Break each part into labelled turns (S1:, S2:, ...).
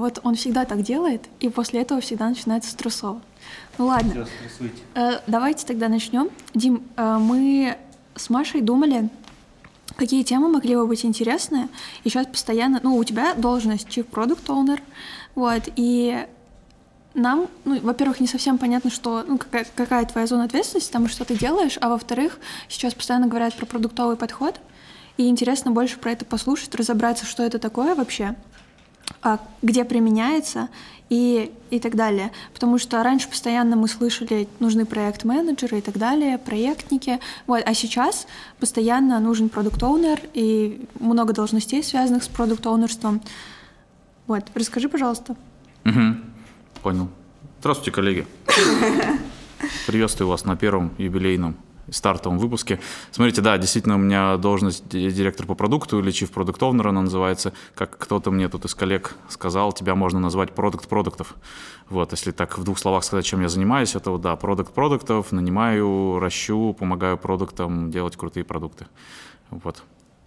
S1: вот он всегда так делает, и после этого всегда начинается стрессово. Ну ладно, давайте тогда начнем. Дим, мы с Машей думали, какие темы могли бы быть интересны, и сейчас постоянно, у тебя должность Chief Product Owner, вот, и нам, во-первых, не совсем понятно, что, какая твоя зона ответственности, там, что ты делаешь, а во-вторых, сейчас постоянно говорят про продуктовый подход, и интересно больше про это послушать, разобраться, что это такое вообще, где применяется и так далее. Потому что раньше постоянно мы слышали, нужны проект-менеджеры и так далее, проектники, вот, а сейчас постоянно нужен продукт-оунер и много должностей, связанных с продукт-оунерством. Вот, расскажи, пожалуйста.
S2: Понял. Здравствуйте, коллеги. Приветствую вас на первом юбилейном стартовом выпуске. Смотрите, да, действительно, у меня должность директор по продукту или Chief Product Owner, она называется. Как кто-то мне тут из коллег сказал, тебя можно назвать продукт продуктов. Вот, если так в двух словах сказать, чем я занимаюсь, это вот, да, продукт продуктов, нанимаю, ращу, помогаю продуктам делать крутые продукты. Вот.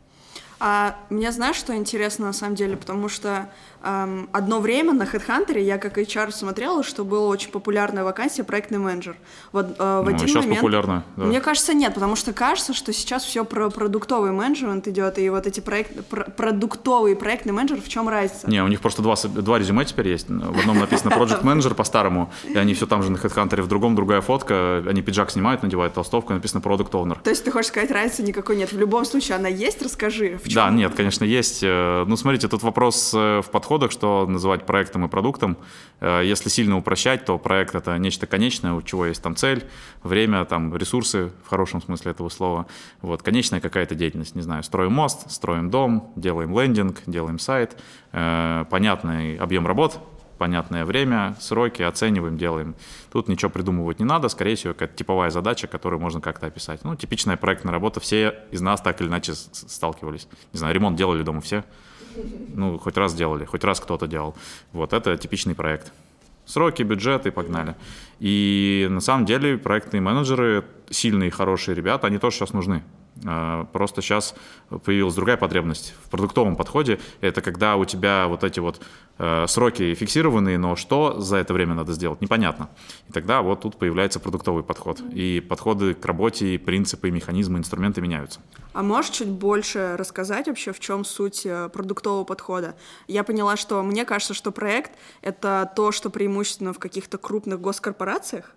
S3: А мне знаешь, что интересно на самом деле, потому что одно время на HeadHunter я как HR смотрела, что была очень популярная вакансия проектный менеджер. Вот в один
S2: сейчас
S3: момент...
S2: популярно, да.
S3: Мне кажется, нет, потому что кажется, что сейчас все про продуктовый менеджмент идет, и вот эти продуктовый проектный менеджер, в чем разница?
S2: Не, у них просто два резюме теперь есть. В одном написано Project Manager по-старому, и они все там же на HeadHunter, в другом другая фотка, они пиджак снимают, надевают толстовку, и написано Product Owner.
S3: То есть ты хочешь сказать, разницы никакой нет? В любом случае она есть, расскажи, в чем?
S2: Да, нет, конечно, есть. Ну, смотрите, тут вопрос в подходах, что называть проектом и продуктом. Если сильно упрощать, то проект — это нечто конечное, у чего есть там цель, время, там, ресурсы, в хорошем смысле этого слова. Вот, конечная какая-то деятельность, не знаю, строим мост, строим дом, делаем лендинг, делаем сайт, понятный объем работ, понятное время, сроки, оцениваем, делаем. Тут ничего придумывать не надо, скорее всего, какая-то типовая задача, которую можно как-то описать. Ну, типичная проектная работа, все из нас так или иначе сталкивались. Не знаю, ремонт делали дома все? Ну, хоть раз делали, хоть раз кто-то делал. Вот, это типичный проект. Сроки, бюджеты, погнали. И на самом деле проектные менеджеры, сильные, хорошие ребята, они тоже сейчас нужны. Просто сейчас появилась другая потребность в продуктовом подходе. Это когда у тебя вот эти вот сроки фиксированные, но что за это время надо сделать, непонятно. И тогда вот тут появляется продуктовый подход. И подходы к работе, и принципы, и механизмы, инструменты меняются.
S3: А можешь чуть больше рассказать вообще, в чем суть продуктового подхода? Я поняла, что мне кажется, что проект — это то, что преимущественно в каких-то крупных госкорпорациях,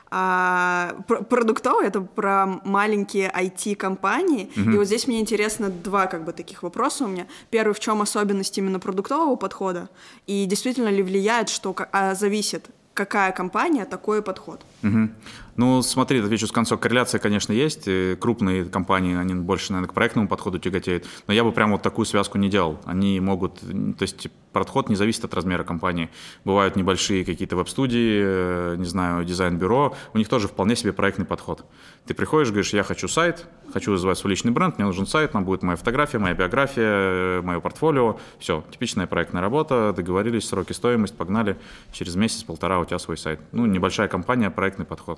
S3: а продуктовый — это про маленькие IT-компании. И вот здесь мне интересно два таких вопроса у меня. Первый, в чем особенность именно продуктового подхода? И действительно ли влияет, что зависит, какая компания, такой подход?
S2: Ну, смотри, отвечу с конца. Корреляция, конечно, есть. Крупные компании, они больше, наверное, к проектному подходу тяготеют. Но я бы прямо вот такую связку не делал. Они могут... То есть подход не зависит от размера компании. Бывают небольшие какие-то веб-студии, не знаю, дизайн-бюро. У них тоже вполне себе проектный подход. Ты приходишь, говоришь, я хочу сайт, хочу развивать свой личный бренд, мне нужен сайт, там будет моя фотография, моя биография, мое портфолио. Все, типичная проектная работа, договорились, сроки, стоимость, погнали. Через месяц-полтора у тебя свой сайт. Ну, небольшая компания, проектный подход.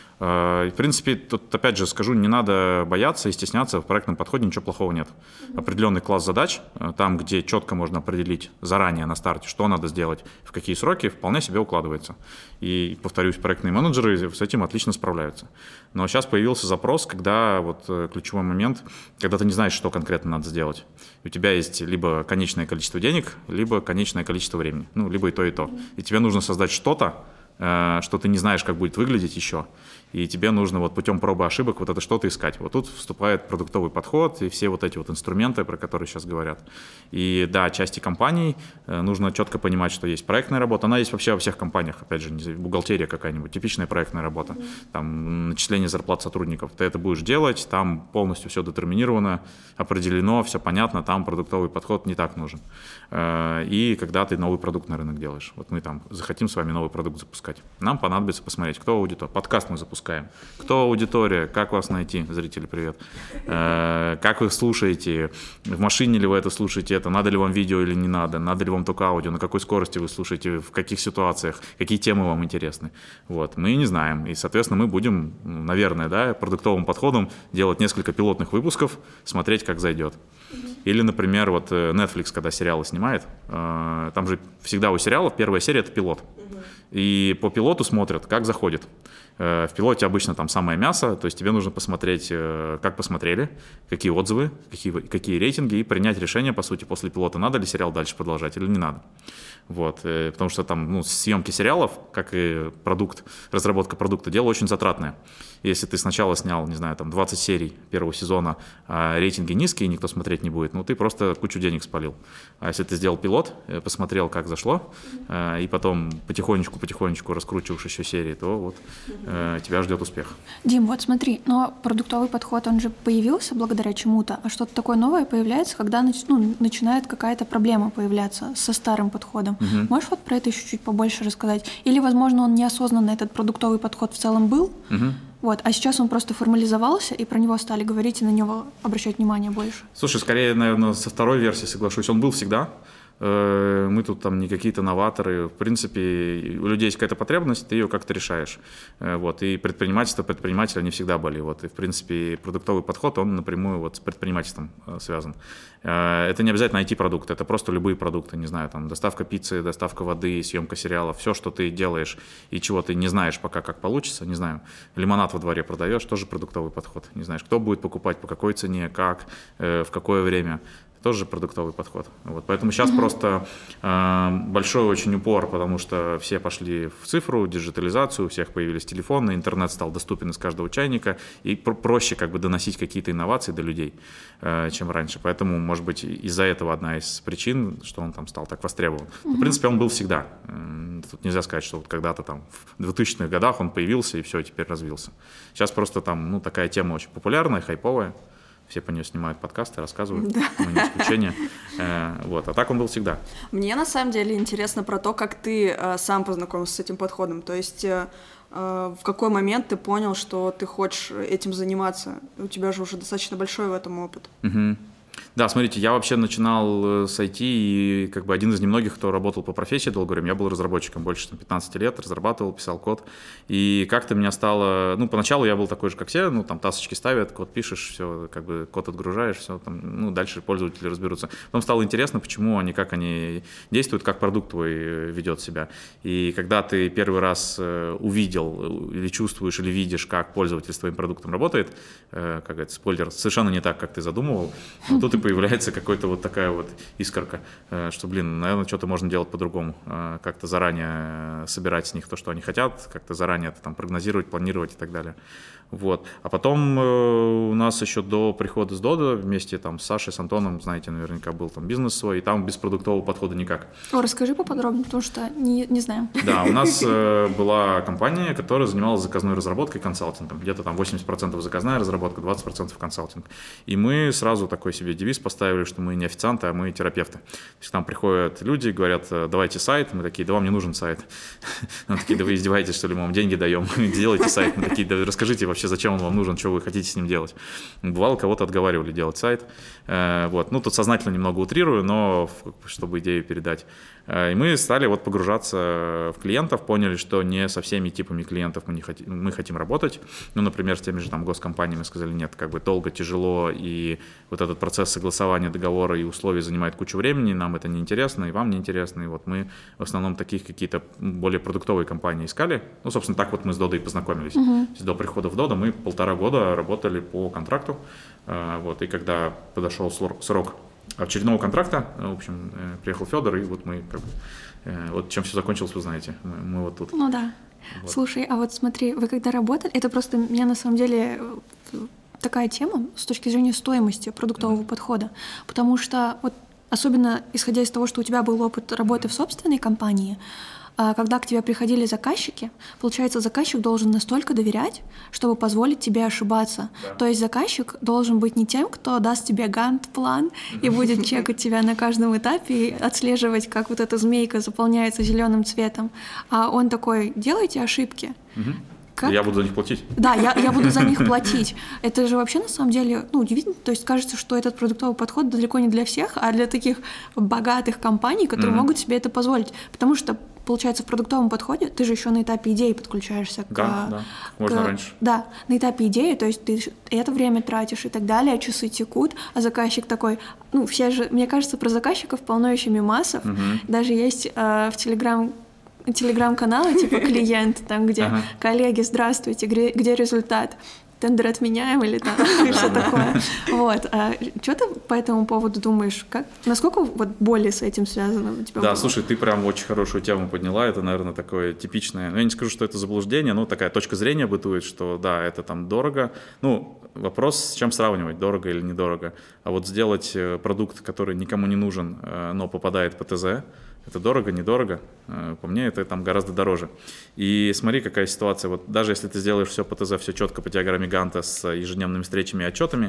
S2: В принципе, тут опять же скажу, не надо бояться и стесняться, в проектном подходе ничего плохого нет. Определенный класс задач, там, где четко можно определить заранее на старте, что надо сделать, в какие сроки, вполне себе укладывается. И, повторюсь, проектные менеджеры с этим отлично справляются. Но сейчас появился запрос, когда вот ключевой момент, когда ты не знаешь, что конкретно надо сделать. У тебя есть либо конечное количество денег, либо конечное количество времени, ну, либо и то, и то. И тебе нужно создать что-то, что ты не знаешь, как будет выглядеть еще, и тебе нужно вот путем пробы ошибок вот это что-то искать. Вот тут вступает продуктовый подход и все вот эти вот инструменты, про которые сейчас говорят. И да, части компаний нужно четко понимать, что есть проектная работа. Она есть вообще во всех компаниях, опять же, бухгалтерия какая-нибудь, типичная проектная работа, там начисление зарплат сотрудников. Ты это будешь делать, там полностью все детерминировано, определено, все понятно, там продуктовый подход не так нужен. И когда ты новый продукт на рынок делаешь, вот мы там захотим с вами новый продукт запускать, нам понадобится посмотреть, кто аудитория. Подкаст мы запускаем. Кто аудитория, как вас найти, зрители, привет. Как вы слушаете, в машине ли вы это слушаете, надо ли вам видео или не надо ли вам только аудио, на какой скорости вы слушаете, в каких ситуациях, какие темы вам интересны. Вот, мы не знаем, и, соответственно, мы будем, наверное, продуктовым подходом делать несколько пилотных выпусков, смотреть, как зайдет. Или, например, вот Netflix, когда сериалы снимает, там же всегда у сериалов первая серия — это пилот. И по пилоту смотрят, как заходит. В пилоте обычно там самое мясо, то есть тебе нужно посмотреть, как посмотрели, какие отзывы, какие рейтинги, и принять решение, по сути, после пилота, надо ли сериал дальше продолжать или не надо. Вот, потому что там съемки сериалов, как и разработка продукта, дело очень затратное. Если ты сначала снял, не знаю, там 20 серий первого сезона, а рейтинги низкие, никто смотреть не будет, ты просто кучу денег спалил. А если ты сделал пилот, посмотрел, как зашло, и потом потихонечку раскручиваешь еще серии, то вот тебя ждет успех.
S1: Дим, вот смотри, но продуктовый подход, он же появился благодаря чему-то, а что-то такое новое появляется, когда начинает какая-то проблема появляться со старым подходом. Можешь вот про это еще чуть побольше рассказать? Или, возможно, он неосознанно, этот продуктовый подход в целом был, вот, а сейчас он просто формализовался, и про него стали говорить, и на него обращать внимание больше?
S2: Слушай, скорее, наверное, со второй версией соглашусь. Он был всегда. Мы тут там не какие-то новаторы. В принципе, у людей есть какая-то потребность, ты ее как-то решаешь. Вот. И предприниматели, они всегда были. Вот. И, в принципе, продуктовый подход, он напрямую вот с предпринимательством связан. Это не обязательно IT-продукты, это просто любые продукты, не знаю, там, доставка пиццы, доставка воды, съемка сериалов, все, что ты делаешь и чего ты не знаешь пока, как получится, не знаю, лимонад во дворе продаешь, тоже продуктовый подход. Не знаешь, кто будет покупать, по какой цене, как, в какое время. Тоже продуктовый подход. Вот. Поэтому сейчас просто большой очень упор, потому что все пошли в цифру, диджитализацию, у всех появились телефоны, интернет стал доступен из каждого чайника, и проще как бы доносить какие-то инновации до людей, чем раньше. Поэтому, может быть, из-за этого одна из причин, что он там стал так востребован. Но, в принципе, он был всегда. Тут нельзя сказать, что вот когда-то там в 2000-х годах он появился и все, теперь развился. Сейчас просто там такая тема очень популярная, хайповая. Все по нее снимают подкасты, рассказывают, мы не исключение. Вот. А так он был всегда.
S3: Мне на самом деле интересно про то, как ты сам познакомился с этим подходом. То есть в какой момент ты понял, что ты хочешь этим заниматься? У тебя же уже достаточно большой в этом опыт.
S2: Да, смотрите, я вообще начинал с IT, и как бы один из немногих, кто работал по профессии долгое время. Я был разработчиком больше 15 лет, разрабатывал, писал код. И как-то меня стало... поначалу я был такой же, как все, там тасочки ставят, код пишешь, все, как бы код отгружаешь, все, там, дальше пользователи разберутся. Потом стало интересно, почему они, как они действуют, как продукт твой ведет себя. И когда ты первый раз увидел или чувствуешь, или видишь, как пользователь с твоим продуктом работает, как говорится, спойлер, совершенно не так, как ты задумывал, тут и появляется какая-то вот такая вот искорка, что, наверное, что-то можно делать по-другому. Как-то заранее собирать с них то, что они хотят, как-то заранее это там прогнозировать, планировать и так далее. Вот. А потом у нас еще до прихода с Dodo вместе там с Сашей, с Антоном, знаете, наверняка был там бизнес свой, и там без продуктового подхода никак.
S1: Расскажи поподробнее, потому что не знаю.
S2: Да, у нас была компания, которая занималась заказной разработкой, консалтингом. Где-то там 80% заказная разработка, 20% консалтинг. И мы сразу такой себе девиз поставили, что мы не официанты, а мы терапевты. То есть к нам приходят люди, говорят, давайте сайт. Мы такие, да вам не нужен сайт. Мы такие, да вы издеваетесь, что ли, мы вам деньги даем, делайте сайт. Мы такие, да расскажите вообще, зачем он вам нужен, что вы хотите с ним делать. Бывало, кого-то отговаривали делать сайт. Вот. Тут сознательно немного утрирую, но чтобы идею передать. И мы стали вот погружаться в клиентов, поняли, что не со всеми типами клиентов мы хотим работать. Например, с теми же там госкомпаниями сказали, нет, как бы долго, тяжело, и вот этот процесс согласования договора и условий занимает кучу времени, нам это неинтересно, и вам неинтересно. И вот мы в основном таких какие-то более продуктовые компании искали. Собственно, так вот мы с Додо и познакомились. То есть до прихода в Додо мы 1,5 года работали по контракту. Вот, и когда подошел срок очередного контракта, в общем, приехал Федор, и вот мы как бы, вот чем все закончилось, вы знаете, мы вот тут.
S1: Ну да. Вот. Слушай, а вот смотри, вы когда работали, это просто меня на самом деле такая тема с точки зрения стоимости продуктового подхода, потому что вот особенно исходя из того, что у тебя был опыт работы в собственной компании, когда к тебе приходили заказчики, получается, заказчик должен настолько доверять, чтобы позволить тебе ошибаться. Да. То есть заказчик должен быть не тем, кто даст тебе гант-план и будет чекать тебя на каждом этапе и отслеживать, как вот эта змейка заполняется зеленым цветом, а он такой, делайте ошибки.
S2: Как? Я буду за них платить.
S1: Да, я буду за них платить. Это же вообще на самом деле удивительно. То есть кажется, что этот продуктовый подход далеко не для всех, а для таких богатых компаний, которые могут себе это позволить. Потому что получается, в продуктовом подходе ты же еще на этапе идеи подключаешься
S2: можно раньше.
S1: Да, на этапе идеи, то есть ты это время тратишь и так далее, часы текут, а заказчик такой, все же, мне кажется, про заказчиков полно еще мемасов, даже есть в телеграм-каналы, типа клиент, там, где коллеги, здравствуйте, где результат? Тендер отменяем или там все такое. Вот. Что ты по этому поводу думаешь? Насколько боли с этим связаны у тебя?
S2: Да, слушай, ты прям очень хорошую тему подняла. Это, наверное, такое типичное. Я не скажу, что это заблуждение, но такая точка зрения бытует, что да, это там дорого. Вопрос, с чем сравнивать, дорого или недорого. А вот сделать продукт, который никому не нужен, но попадает по ТЗ, это дорого, недорого? По мне, это там гораздо дороже. И смотри, какая ситуация. Вот даже если ты сделаешь все по ТЗ, все четко по диаграмме Ганта с ежедневными встречами и отчетами,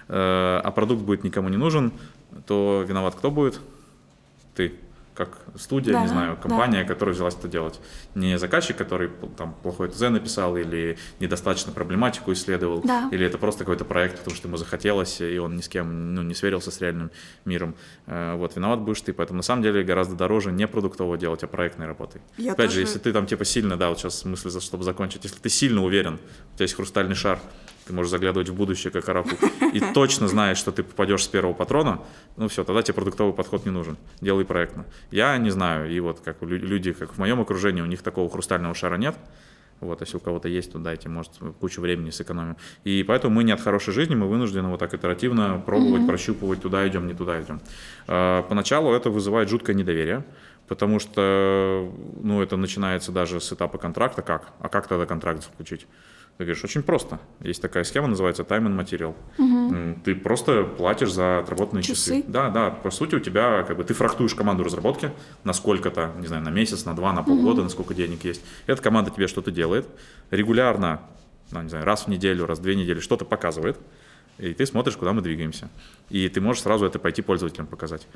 S2: а продукт будет никому не нужен, то виноват кто будет? Ты. Как студия, не знаю, компания, которая взялась это делать. Не заказчик, который там плохой ТЗ написал или недостаточно проблематику исследовал, или это просто какой-то проект, потому что ему захотелось, и он ни с кем не сверился с реальным миром. Виноват будешь ты. Поэтому на самом деле гораздо дороже не продуктово делать, а проектной работой. Опять же, если ты там сильно, вот сейчас мысль, чтобы закончить, если ты сильно уверен, у тебя есть хрустальный шар, ты можешь заглядывать в будущее как оракул, и точно знаешь, что ты попадешь с первого патрона, все, тогда тебе продуктовый подход не нужен. Делай проектно. Я не знаю, и вот как люди, как в моем окружении, у них такого хрустального шара нет. Если у кого-то есть, то дайте, может, кучу времени сэкономим. И поэтому мы не от хорошей жизни, мы вынуждены вот так итеративно пробовать, прощупывать, туда идем, не туда идем. Поначалу это вызывает жуткое недоверие, потому что, это начинается даже с этапа контракта. А как тогда контракт заключить? Ты говоришь, очень просто. Есть такая схема, называется time and material. Ты просто платишь за отработанные часы. Да, по сути у тебя, ты фрахтуешь команду разработки на сколько-то, не знаю, на месяц, на 2, на полгода, на сколько денег есть. Эта команда тебе что-то делает, регулярно, не знаю, раз в неделю, раз в 2 недели что-то показывает, и ты смотришь, куда мы двигаемся. И ты можешь сразу это пойти пользователям показать.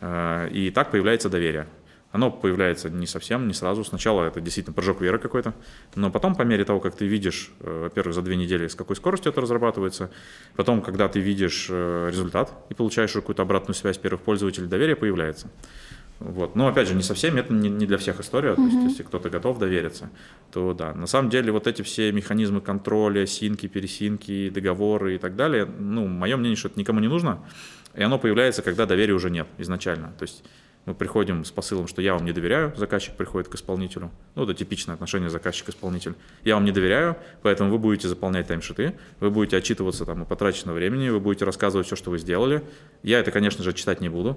S2: И так появляется доверие. Оно появляется не совсем, не сразу. Сначала это действительно прыжок веры какой-то, но потом, по мере того, как ты видишь, во-первых, за 2 недели, с какой скоростью это разрабатывается, потом, когда ты видишь результат и получаешь какую-то обратную связь первых пользователей, доверие появляется. Но, опять же, не совсем, это не для всех история, то есть, если кто-то готов довериться, то да. На самом деле, вот эти все механизмы контроля, синки, пересинки, договоры и так далее, мое мнение, что это никому не нужно, и оно появляется, когда доверия уже нет изначально, то есть мы приходим с посылом, что я вам не доверяю, заказчик приходит к исполнителю. Это типичное отношение заказчик-исполнитель. Я вам не доверяю, поэтому вы будете заполнять таймшиты, вы будете отчитываться о потраченном времени, вы будете рассказывать все, что вы сделали. Я это, конечно же, читать не буду.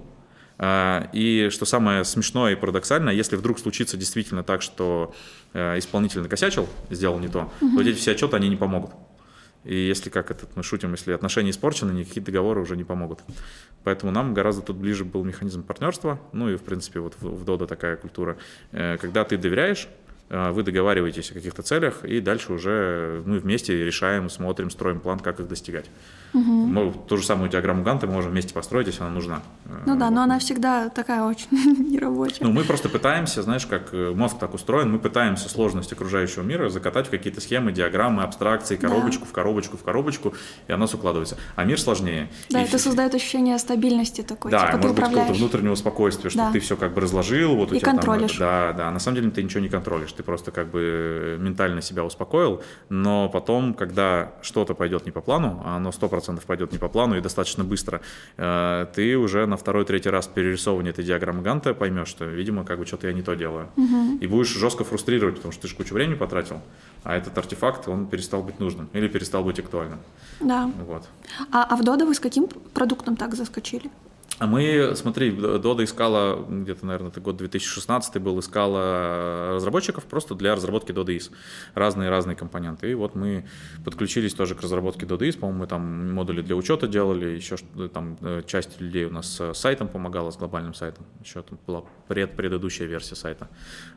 S2: И что самое смешное и парадоксальное, если вдруг случится действительно так, что исполнитель накосячил, сделал не то, то эти все отчеты, они не помогут. И если, мы шутим, если отношения испорчены, никакие договоры уже не помогут. Поэтому нам гораздо тут ближе был механизм партнерства, и, в принципе, в Dodo такая культура. Когда ты доверяешь, вы договариваетесь о каких-то целях, и дальше уже мы вместе решаем, смотрим, строим план, как их достигать. Мы ту же самую диаграмму Ганта мы можем вместе построить, если она нужна.
S1: Но она всегда такая очень нерабочая.
S2: Мы просто пытаемся, знаешь, как мозг так устроен, мы пытаемся сложность окружающего мира закатать в какие-то схемы, диаграммы, абстракции, коробочку в коробочку, и она складывается. А мир сложнее.
S1: Да, это создает ощущение стабильности такой.
S2: Да, может быть, какого-то внутреннего спокойствия, что ты все разложил.
S1: И контролишь.
S2: Да, на самом деле ты ничего не контролишь, ты просто ментально себя успокоил, но потом, когда что-то пойдет не по плану, а оно 100% пойдет не по плану и достаточно быстро, ты уже на 2-3 раз перерисовывание этой диаграммы Ганта поймешь, что, видимо, что-то я не то делаю. И будешь жестко фрустрировать, потому что ты же кучу времени потратил, а этот артефакт, он перестал быть нужным или перестал быть актуальным.
S1: Да. А в Dodo вы с каким продуктом так заскочили?
S2: А мы, смотри, Dodo искала, где-то, наверное, это год 2016 был, искала разработчиков просто для разработки DodoIS. Разные компоненты. И мы подключились тоже к разработке DodoIS. По-моему, мы там модули для учета делали, еще там часть людей у нас с сайтом помогала, с глобальным сайтом. Еще там была предыдущая версия сайта.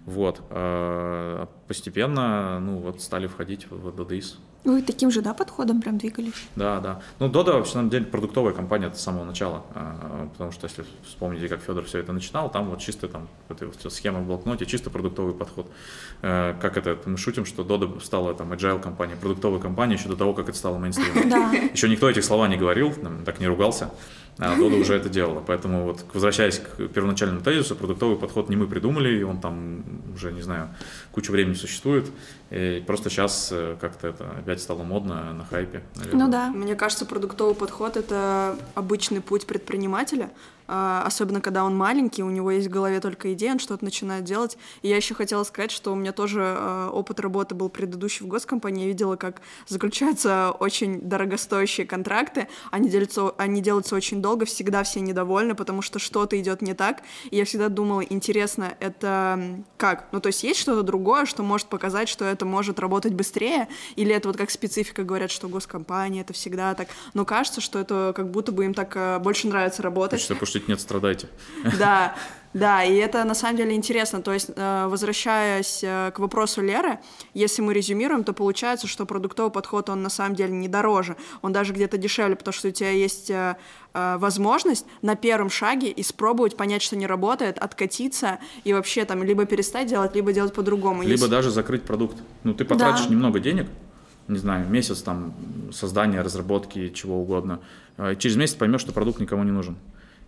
S2: Постепенно, стали входить в DodoIS.
S1: Вы таким же, подходом прям двигались?
S2: Да. Dodo вообще, на самом деле, продуктовая компания с самого начала. Потому что, если вспомните, как Федор все это начинал, там чисто эта схема в блокноте, чисто продуктовый подход. Мы шутим, что Dodo стала agile компанией, продуктовой компанией еще до того, как это стало мейнстримом.
S1: Да.
S2: Еще никто этих слов не говорил, так не ругался. а Дода уже это делала. Поэтому вот, возвращаясь к первоначальному тезису, продуктовый подход не мы придумали, и он там уже, не знаю, кучу времени существует. И просто сейчас как-то это опять стало модно, на хайпе, наверное.
S1: Ну да.
S3: Мне кажется, продуктовый подход — это обычный путь предпринимателя, особенно когда он маленький, у него есть в голове только идея, он что-то начинает делать. И я еще хотела сказать, что у меня тоже опыт работы был предыдущий в госкомпании. Я видела, как заключаются очень дорогостоящие контракты, они делаются очень долго, всегда все недовольны, потому что что-то идет не так. И я всегда думала, интересно, это как? Ну, то есть есть что-то другое, что может показать, что это может работать быстрее, или это вот как специфика, говорят, что госкомпания, это всегда так. Но кажется, что это как будто бы им так больше нравится работать.
S2: Хочется пошутить, нет, страдайте.
S3: Да, да, и это на самом деле интересно. То есть, возвращаясь к вопросу Леры, если мы резюмируем, то получается, что продуктовый подход, он на самом деле не дороже, он даже где-то дешевле, потому что у тебя есть возможность на первом шаге испробовать, понять, что не работает, откатиться и вообще там либо перестать делать, либо делать по-другому.
S2: Либо даже закрыть продукт. Ну, ты потратишь немного денег, не знаю, месяц там создания, разработки, чего угодно. Через месяц поймешь, что продукт никому не нужен.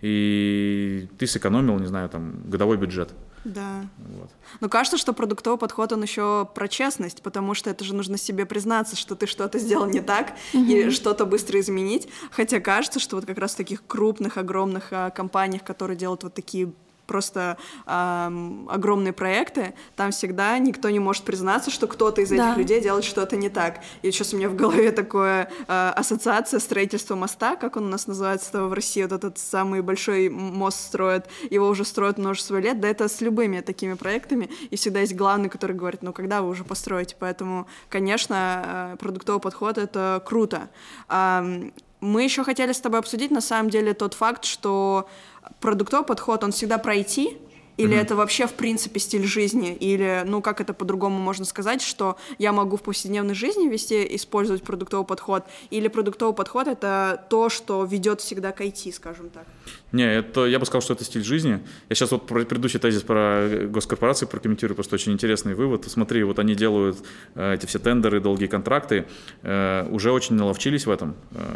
S2: И ты сэкономил, не знаю, там, годовой бюджет.
S3: Да.
S2: Вот.
S3: Но кажется, что продуктовый подход, он еще про честность, потому что это же нужно себе признаться, что ты что-то сделал не так, и что-то быстро изменить. Хотя кажется, что вот как раз в таких крупных, огромных компаниях, которые делают вот такие просто огромные проекты, там всегда никто не может признаться, что кто-то из этих людей делает что-то не так. И сейчас у меня в голове такая ассоциация строительства моста, как он у нас называется в России, вот этот самый большой мост строят, его уже строят множество лет, да это с любыми такими проектами, и всегда есть главный, который говорит, ну когда вы уже построите, поэтому, конечно, продуктовый подход — это круто. Мы еще хотели с тобой обсудить, на самом деле, тот факт, что продуктовый подход, он всегда про IT, или это вообще, в принципе, стиль жизни, или, ну, как это по-другому можно сказать, что я могу в повседневной жизни использовать продуктовый подход, или продуктовый подход — это то, что ведет всегда к IT, скажем так?
S2: Не, это, я бы сказал, что это стиль жизни. Я сейчас вот предыдущий тезис про госкорпорации прокомментирую, просто очень интересный вывод. Смотри, вот они делают эти все тендеры, долгие контракты, уже очень наловчились в этом,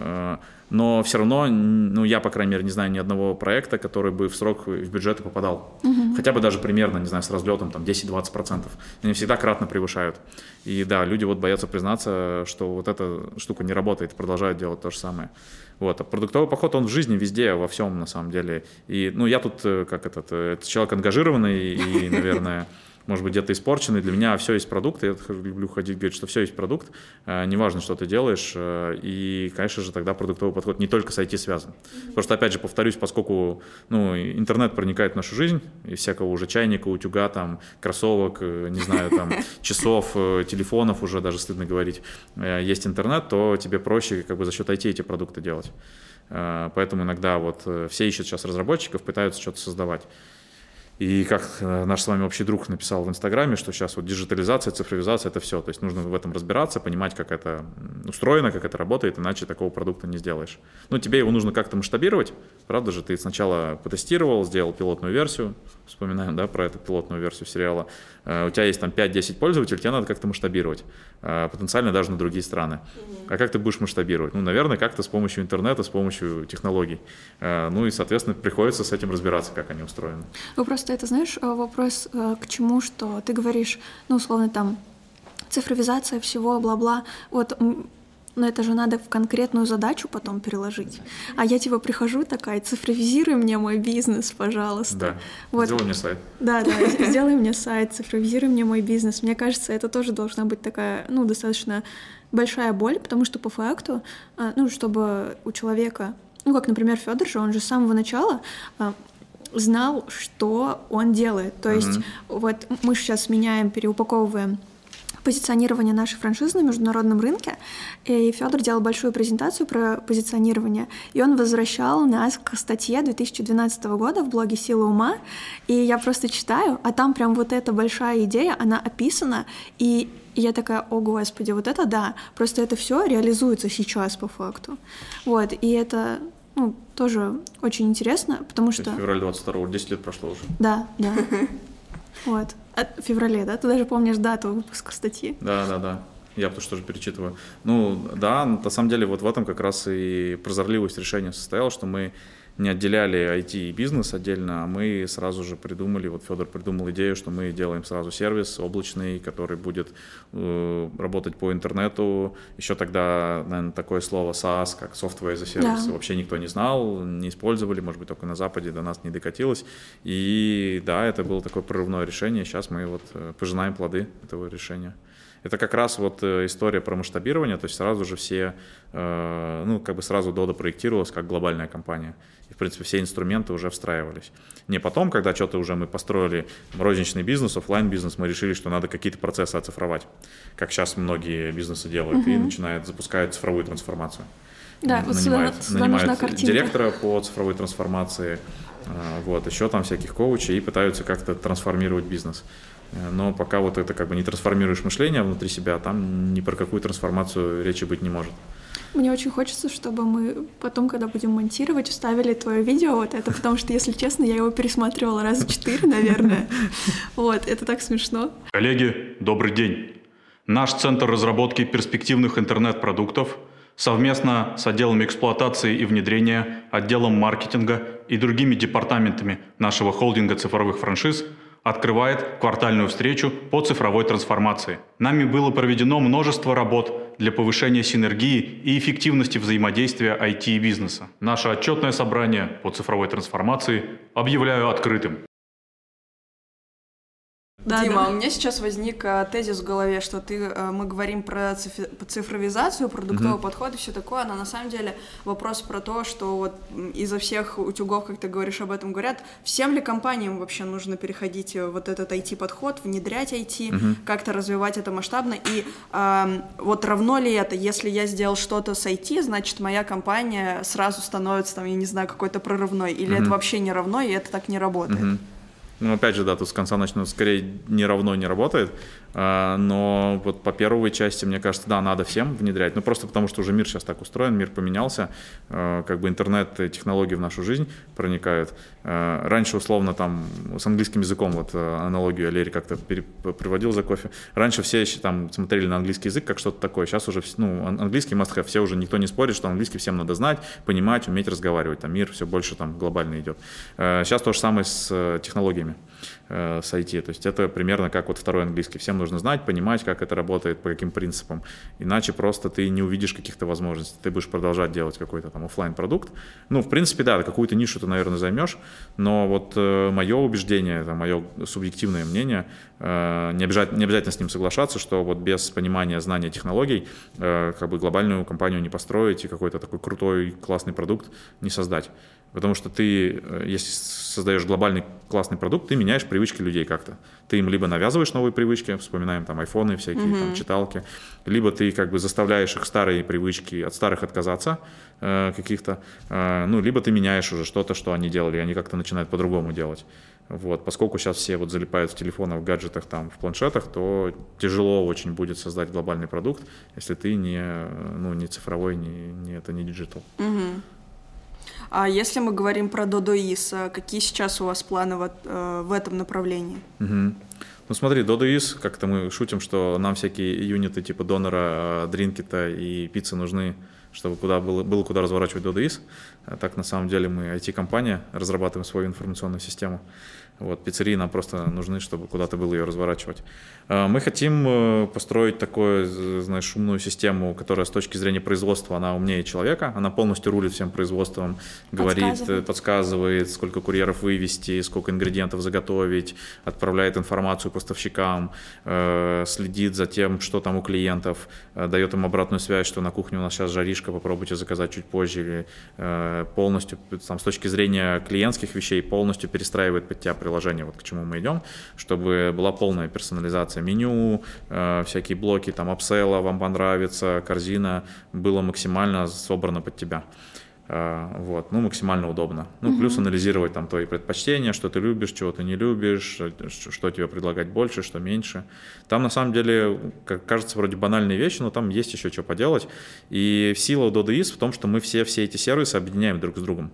S2: но все равно, ну, я, по крайней мере, не знаю ни одного проекта, который бы в срок в бюджеты попадал. Хотя бы даже примерно, не знаю, с разлетом там 10-20%. Они всегда кратно превышают. И да, люди вот боятся признаться, что вот эта штука не работает, продолжают делать то же самое. Вот. А продуктовый подход, он в жизни везде, во всем на самом деле. И, ну, я тут это человек ангажированный и, наверное, может быть, где-то испорченный. Для меня все есть продукт. Я люблю ходить, говорить, что все есть продукт. Неважно, что ты делаешь. И, конечно же, тогда продуктовый подход не только с IT связан. Просто, опять же, повторюсь, поскольку интернет проникает в нашу жизнь, и всякого уже чайника, утюга, там, кроссовок, не знаю, там, часов, телефонов, уже даже стыдно говорить, есть интернет, то тебе проще как бы за счет IT эти продукты делать. Поэтому иногда вот все ищут сейчас разработчиков, пытаются что-то создавать. И как наш с вами общий друг написал в Инстаграме, что сейчас вот диджитализация, цифровизация — это все. То есть нужно в этом разбираться, понимать, как это устроено, как это работает, иначе такого продукта не сделаешь. Ну, тебе его нужно как-то масштабировать, правда же? Ты сначала потестировал, сделал пилотную версию, вспоминаем, да, про эту пилотную версию сериала. У тебя есть там 5-10 пользователей, тебе надо как-то масштабировать, потенциально даже на другие страны. А как ты будешь масштабировать? Ну, наверное, как-то с помощью интернета, с помощью технологий. Ну и, соответственно, приходится с этим разбираться, как они устроены.
S1: Вы просто это, знаешь, вопрос к чему, что ты говоришь, ну, условно, там, цифровизация всего, бла-бла, вот, но это же надо в конкретную задачу потом переложить. А я типа прихожу такая, цифровизируй мне мой бизнес, пожалуйста.
S2: Да,
S1: вот.
S2: Сделай мне сайт.
S1: Да, сделай мне сайт, цифровизируй мне мой бизнес. Мне кажется, это тоже должна быть такая, ну, достаточно большая боль, потому что по факту, ну, чтобы у человека, ну, как, например, Федор же, он же с самого начала знал, что он делает. То есть вот мы сейчас меняем, переупаковываем позиционирование нашей франшизы на международном рынке, и Федор делал большую презентацию про позиционирование, и он возвращал нас к статье 2012 года в блоге «Сила ума», и я просто читаю, а там прям вот эта большая идея, она описана, и я такая, о господи, вот это да, просто это все реализуется сейчас по факту. Вот, и это, ну, тоже очень интересно, потому что...
S2: Февраль 22-го, 10 лет прошло уже.
S1: Да. Вот. В феврале, да? Ты даже помнишь дату выпуска статьи?
S2: Да. Я потому что тоже перечитываю. Ну, да, на самом деле вот в этом как раз и прозорливость решения состояла, что мы не отделяли IT и бизнес отдельно, а мы сразу же придумали, вот Федор придумал идею, что мы делаем сразу сервис облачный, который будет работать по интернету. Еще тогда, наверное, такое слово SaaS, как Software as a Service, вообще никто не знал, не использовали, может быть, только на Западе до нас не докатилось. И да, это было такое прорывное решение. Сейчас мы вот пожинаем плоды этого решения. Это как раз вот история про масштабирование, то есть сразу же все, сразу Dodo проектировалась как глобальная компания. И, в принципе, все инструменты уже встраивались. Не потом, когда что-то уже мы построили розничный бизнес, офлайн бизнес, мы решили, что надо какие-то процессы оцифровать, как сейчас многие бизнесы делают, и запускают цифровую трансформацию.
S1: Да,
S2: нанимают директора по цифровой трансформации, еще там всяких коучей и пытаются как-то трансформировать бизнес. Но пока вот это как бы не трансформируешь мышление внутри себя, там ни про какую трансформацию речи быть не может.
S1: Мне очень хочется, чтобы мы потом, когда будем монтировать, вставили твое видео вот это, потому что, если честно, я его пересматривала раза 4, наверное. Вот, это так смешно.
S4: Коллеги, добрый день. Наш Центр разработки перспективных интернет-продуктов совместно с отделом эксплуатации и внедрения, отделом маркетинга и другими департаментами нашего холдинга цифровых франшиз открывает квартальную встречу по цифровой трансформации. Нами было проведено множество работ для повышения синергии и эффективности взаимодействия IT и бизнеса. Наше отчетное собрание по цифровой трансформации объявляю открытым.
S3: Дима, у меня сейчас возник тезис в голове, что мы говорим про цифровизацию, продуктовый подход и все такое, но на самом деле вопрос про то, что вот изо всех утюгов, как ты говоришь, об этом говорят, всем ли компаниям вообще нужно переходить вот этот IT-подход, внедрять IT, как-то развивать это масштабно, и вот равно ли это, если я сделал что-то с IT, значит, моя компания сразу становится, там, я не знаю, какой-то прорывной, или это вообще не равно, и это так не работает?
S2: Ну, опять же, да, тут с конца начну, скорее не равно не работает, но вот по первой части, мне кажется, да, надо всем внедрять, ну, просто потому что уже мир сейчас так устроен, мир поменялся, как бы интернет-технологии в нашу жизнь проникают. Раньше, условно, там, с английским языком, вот аналогию Лерий как-то приводил за кофе, раньше все там смотрели на английский язык как что-то такое, сейчас уже, английский must have, все уже, никто не спорит, что английский всем надо знать, понимать, уметь разговаривать, там, мир все больше там глобально идет. Сейчас то же самое с технологиями. С IT, то есть это примерно как вот второй английский. Всем нужно знать, понимать, как это работает, по каким принципам. Иначе просто ты не увидишь каких-то возможностей. Ты будешь продолжать делать какой-то там офлайн-продукт. Ну, в принципе, да, какую-то нишу ты, наверное, займешь, но вот мое убеждение, это мое субъективное мнение, не обязательно с ним соглашаться, что вот без понимания, знания технологий как бы глобальную компанию не построить и какой-то такой крутой, классный продукт не создать. Потому что ты, если создаешь глобальный классный продукт, ты меняешь привычки людей как-то. Ты им либо навязываешь новые привычки, вспоминаем там айфоны всякие, там читалки, либо ты как бы заставляешь их старые привычки, от старых отказаться каких-то, либо ты меняешь уже что-то, что они делали, и они как-то начинают по-другому делать. Вот. Поскольку сейчас все вот залипают в телефонах, в гаджетах, там, в планшетах, то тяжело очень будет создать глобальный продукт, если ты не цифровой, не диджитал.
S3: А если мы говорим про DodoEase, какие сейчас у вас планы в этом направлении?
S2: Ну смотри, DodoEase, как-то мы шутим, что нам всякие юниты типа Донора, Дринкета и пиццы нужны, чтобы было куда разворачивать DodoEase. Так на самом деле мы IT-компания, разрабатываем свою информационную систему. Вот, пиццерии нам просто нужны, чтобы куда-то было ее разворачивать. Мы хотим построить такую, знаешь, умную систему, которая с точки зрения производства, она умнее человека, она полностью рулит всем производством, говорит, подсказывает, сколько курьеров вывести, сколько ингредиентов заготовить, отправляет информацию поставщикам, следит за тем, что там у клиентов, дает им обратную связь, что на кухне у нас сейчас жаришка, попробуйте заказать чуть позже, или полностью, там, с точки зрения клиентских вещей, полностью перестраивает под тебя приложение, вот к чему мы идем, чтобы была полная персонализация меню, всякие блоки, там, апсейла, вам понравится, корзина, было максимально собрано под тебя. Вот, максимально удобно. Плюс анализировать там твои предпочтения, что ты любишь, чего ты не любишь, что тебе предлагать больше, что меньше. Там на самом деле, как кажется, вроде банальные вещи, но там есть еще что поделать. И сила DodoEase в том, что мы все эти сервисы объединяем друг с другом.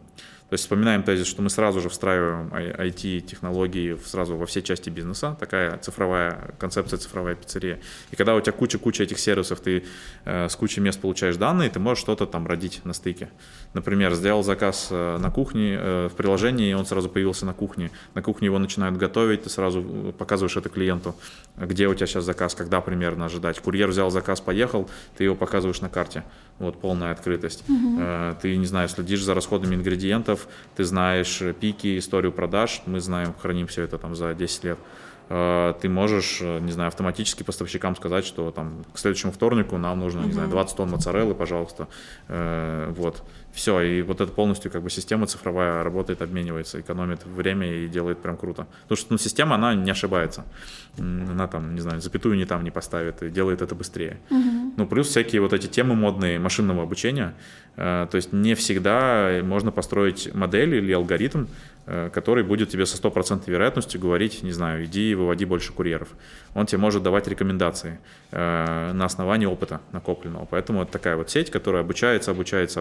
S2: То есть вспоминаем тезис, что мы сразу же встраиваем IT-технологии сразу во все части бизнеса, такая концепция цифровая пиццерия. И когда у тебя куча этих сервисов, ты с кучей мест получаешь данные, ты можешь что-то там родить на стыке. Например, сделал заказ на кухне, в приложении, и он сразу появился на кухне. На кухне его начинают готовить, ты сразу показываешь это клиенту, где у тебя сейчас заказ, когда примерно ожидать. Курьер взял заказ, поехал, ты его показываешь на карте. Вот полная открытость. Ты, не знаю, следишь за расходами ингредиентов, ты знаешь пики, историю продаж, мы знаем, храним все это там за 10 лет. Ты можешь, не знаю, автоматически поставщикам сказать, что там к следующему вторнику нам нужно, не знаю, 20 тонн моцареллы, пожалуйста. Вот. Все, и вот эта полностью как бы система цифровая работает, обменивается, экономит время и делает прям круто. Потому что система, она не ошибается. Она там, не знаю, запятую не там не поставит и делает это быстрее. Ну, плюс всякие вот эти темы модные машинного обучения. То есть не всегда можно построить модель или алгоритм, который будет тебе со 100% вероятностью говорить, не знаю, иди выводи больше курьеров. Он тебе может давать рекомендации на основании опыта накопленного. Поэтому это такая вот сеть, которая обучается.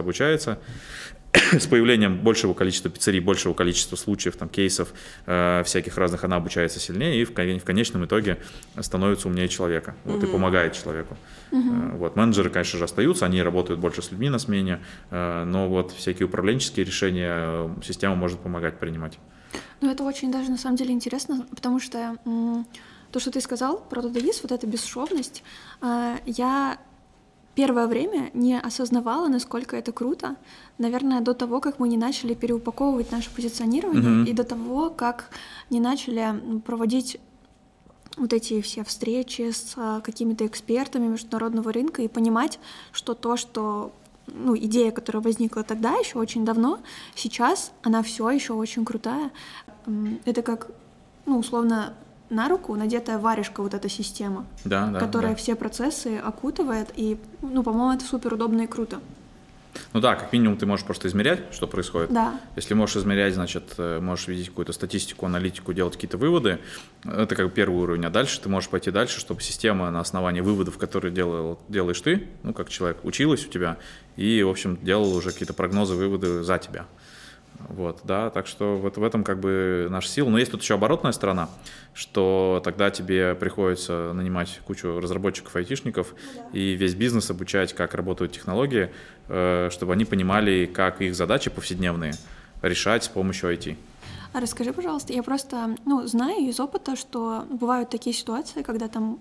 S2: С появлением большего количества пиццерий, большего количества случаев, там, кейсов всяких разных, она обучается сильнее и в конечном итоге становится умнее человека. Вот, и помогает человеку. Вот, менеджеры, конечно же, остаются, они работают больше с людьми на смене, но вот всякие управленческие решения система может помогать принимать.
S1: Ну, это очень даже на самом деле интересно, потому что то, что ты сказал про Додавис, вот эта бесшовность, я первое время не осознавала, насколько это круто. Наверное, до того, как мы не начали переупаковывать наше позиционирование, и до того, как не начали проводить вот эти все встречи с какими-то экспертами международного рынка и понимать, что то, что идея, которая возникла тогда еще очень давно, сейчас она все еще очень крутая. Это как, условно, на руку надетая варежка, вот эта система, которая все процессы окутывает, и, по-моему, это супер удобно и круто.
S2: Ну да, как минимум ты можешь просто измерять, что происходит.
S1: Да.
S2: Если можешь измерять, значит, можешь видеть какую-то статистику, аналитику, делать какие-то выводы. Это как бы первый уровень. А дальше ты можешь пойти дальше, чтобы система на основании выводов, которые делаешь ты, как человек, училась у тебя и, в общем, делала уже какие-то прогнозы, выводы за тебя. Вот, да, так что вот в этом как бы наша сила. Но есть тут еще оборотная сторона, что тогда тебе приходится нанимать кучу разработчиков, айтишников и весь бизнес обучать, как работают технологии, чтобы они понимали, как их задачи повседневные решать с помощью IT.
S1: А расскажи, пожалуйста, я просто знаю из опыта, что бывают такие ситуации, когда там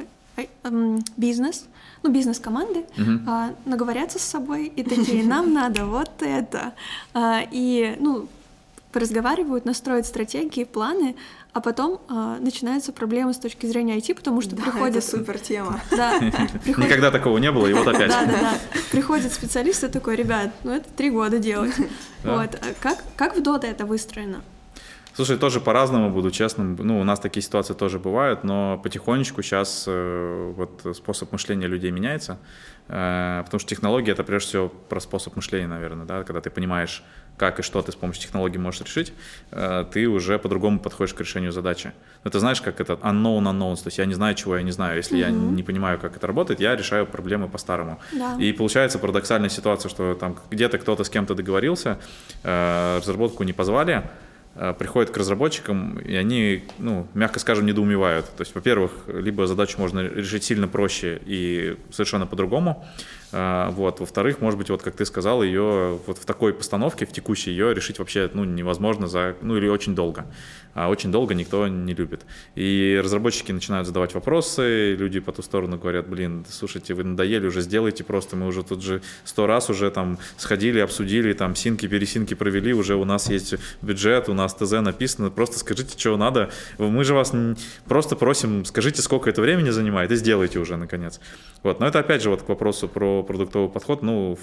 S1: бизнес-команды наговорятся с собой и такие, нам надо вот это. И, поразговаривают, настроят стратегии, планы, а потом начинаются проблемы с точки зрения IT, потому что приходит...
S3: это супер тема.
S1: Да,
S2: Никогда такого не было, и вот опять.
S1: Да. Приходит специалист и такой, ребят, это 3 года делать. Вот. Как в Dodo это выстроено?
S2: Слушай, тоже по-разному, буду честным. У нас такие ситуации тоже бывают, но потихонечку сейчас вот способ мышления людей меняется, потому что технология — это прежде всего про способ мышления, наверное, да? Когда ты понимаешь, как и что ты с помощью технологий можешь решить, ты уже по-другому подходишь к решению задачи. Это знаешь, как это unknowns, то есть я не знаю, чего я не знаю. Если я не понимаю, как это работает, я решаю проблемы по-старому.
S1: Да.
S2: И получается парадоксальная ситуация, что там где-то кто-то с кем-то договорился, разработку не позвали, приходят к разработчикам, и они, мягко скажем, недоумевают. То есть, во-первых, либо задачу можно решить сильно проще и совершенно по-другому. Вот. Во-вторых, может быть, вот как ты сказал, ее вот в такой постановке, в текущей, ее решить вообще невозможно или очень долго. А очень долго никто не любит. И разработчики начинают задавать вопросы, люди по ту сторону говорят, слушайте, вы надоели, уже сделайте просто, мы уже тут же 100 раз уже там сходили, обсудили, там синки-пересинки провели, уже у нас есть бюджет, у нас ТЗ написано, просто скажите, чего надо. Мы же вас просто просим, скажите, сколько это времени занимает, и сделайте уже, наконец. Вот. Но это опять же вот к вопросу про продуктовый подход.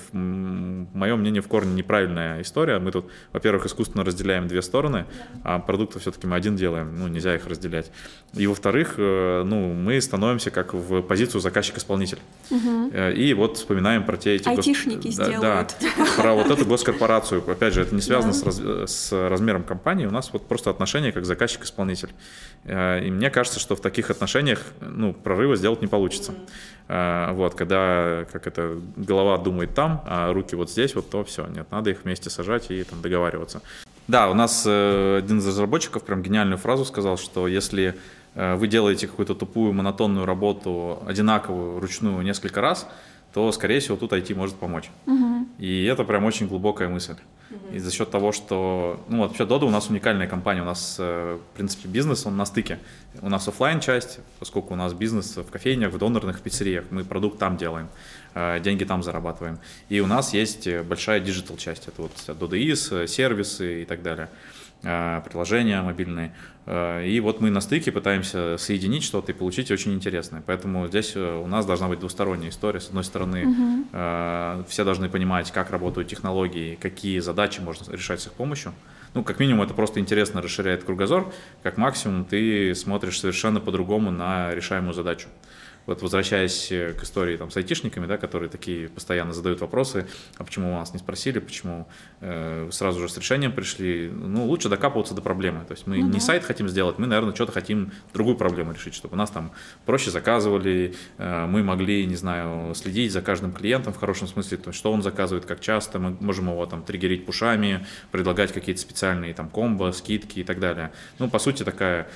S2: Мое мнение, в корне неправильная история. Мы тут, во-первых, искусственно разделяем 2 стороны, а продукты все-таки мы один делаем, нельзя их разделять. И во-вторых, мы становимся как в позицию заказчик-исполнитель. И вот вспоминаем про те эти...
S1: Айтишники сделают.
S2: Да, про вот эту госкорпорацию. Опять же, это не связано с размером компании, у нас вот просто отношения как заказчик-исполнитель. И мне кажется, что в таких отношениях прорыва сделать не получится. Вот, когда голова думает там, а руки вот здесь, вот то все. Нет, надо их вместе сажать и там договариваться. Да, у нас один из разработчиков прям гениальную фразу сказал, что если вы делаете какую-то тупую, монотонную работу, одинаковую, ручную несколько раз, то, скорее всего, тут IT может помочь. И это прям очень глубокая мысль. И за счет того, что... Ну, вот, вообще, Dodo у нас уникальная компания. У нас, в принципе, бизнес, он на стыке. У нас офлайн часть, поскольку у нас бизнес в кофейнях, в донорных, в пиццериях. Мы продукт там делаем, деньги там зарабатываем. И у нас есть большая диджитал часть. Это вот Dodois, сервисы и так далее. Приложения мобильные. И вот мы на стыке пытаемся соединить что-то и получить очень интересное. Поэтому здесь у нас должна быть двусторонняя история. С одной стороны, все должны понимать, как работают технологии, какие задачи можно решать с их помощью. Ну, как минимум, это просто интересно расширяет кругозор. Как максимум, ты смотришь совершенно по-другому на решаемую задачу. Вот возвращаясь к истории там, с айтишниками, да, которые такие постоянно задают вопросы, а почему у нас не спросили, почему сразу же с решением пришли, ну, лучше докапываться до проблемы. То есть мы не сайт хотим сделать, мы, наверное, что-то хотим другую проблему решить, чтобы нас там проще заказывали, мы могли, не знаю, следить за каждым клиентом в хорошем смысле, то есть, что он заказывает, как часто, мы можем его там триггерить пушами, предлагать какие-то специальные там комбо, скидки и так далее. Ну, по сути, такая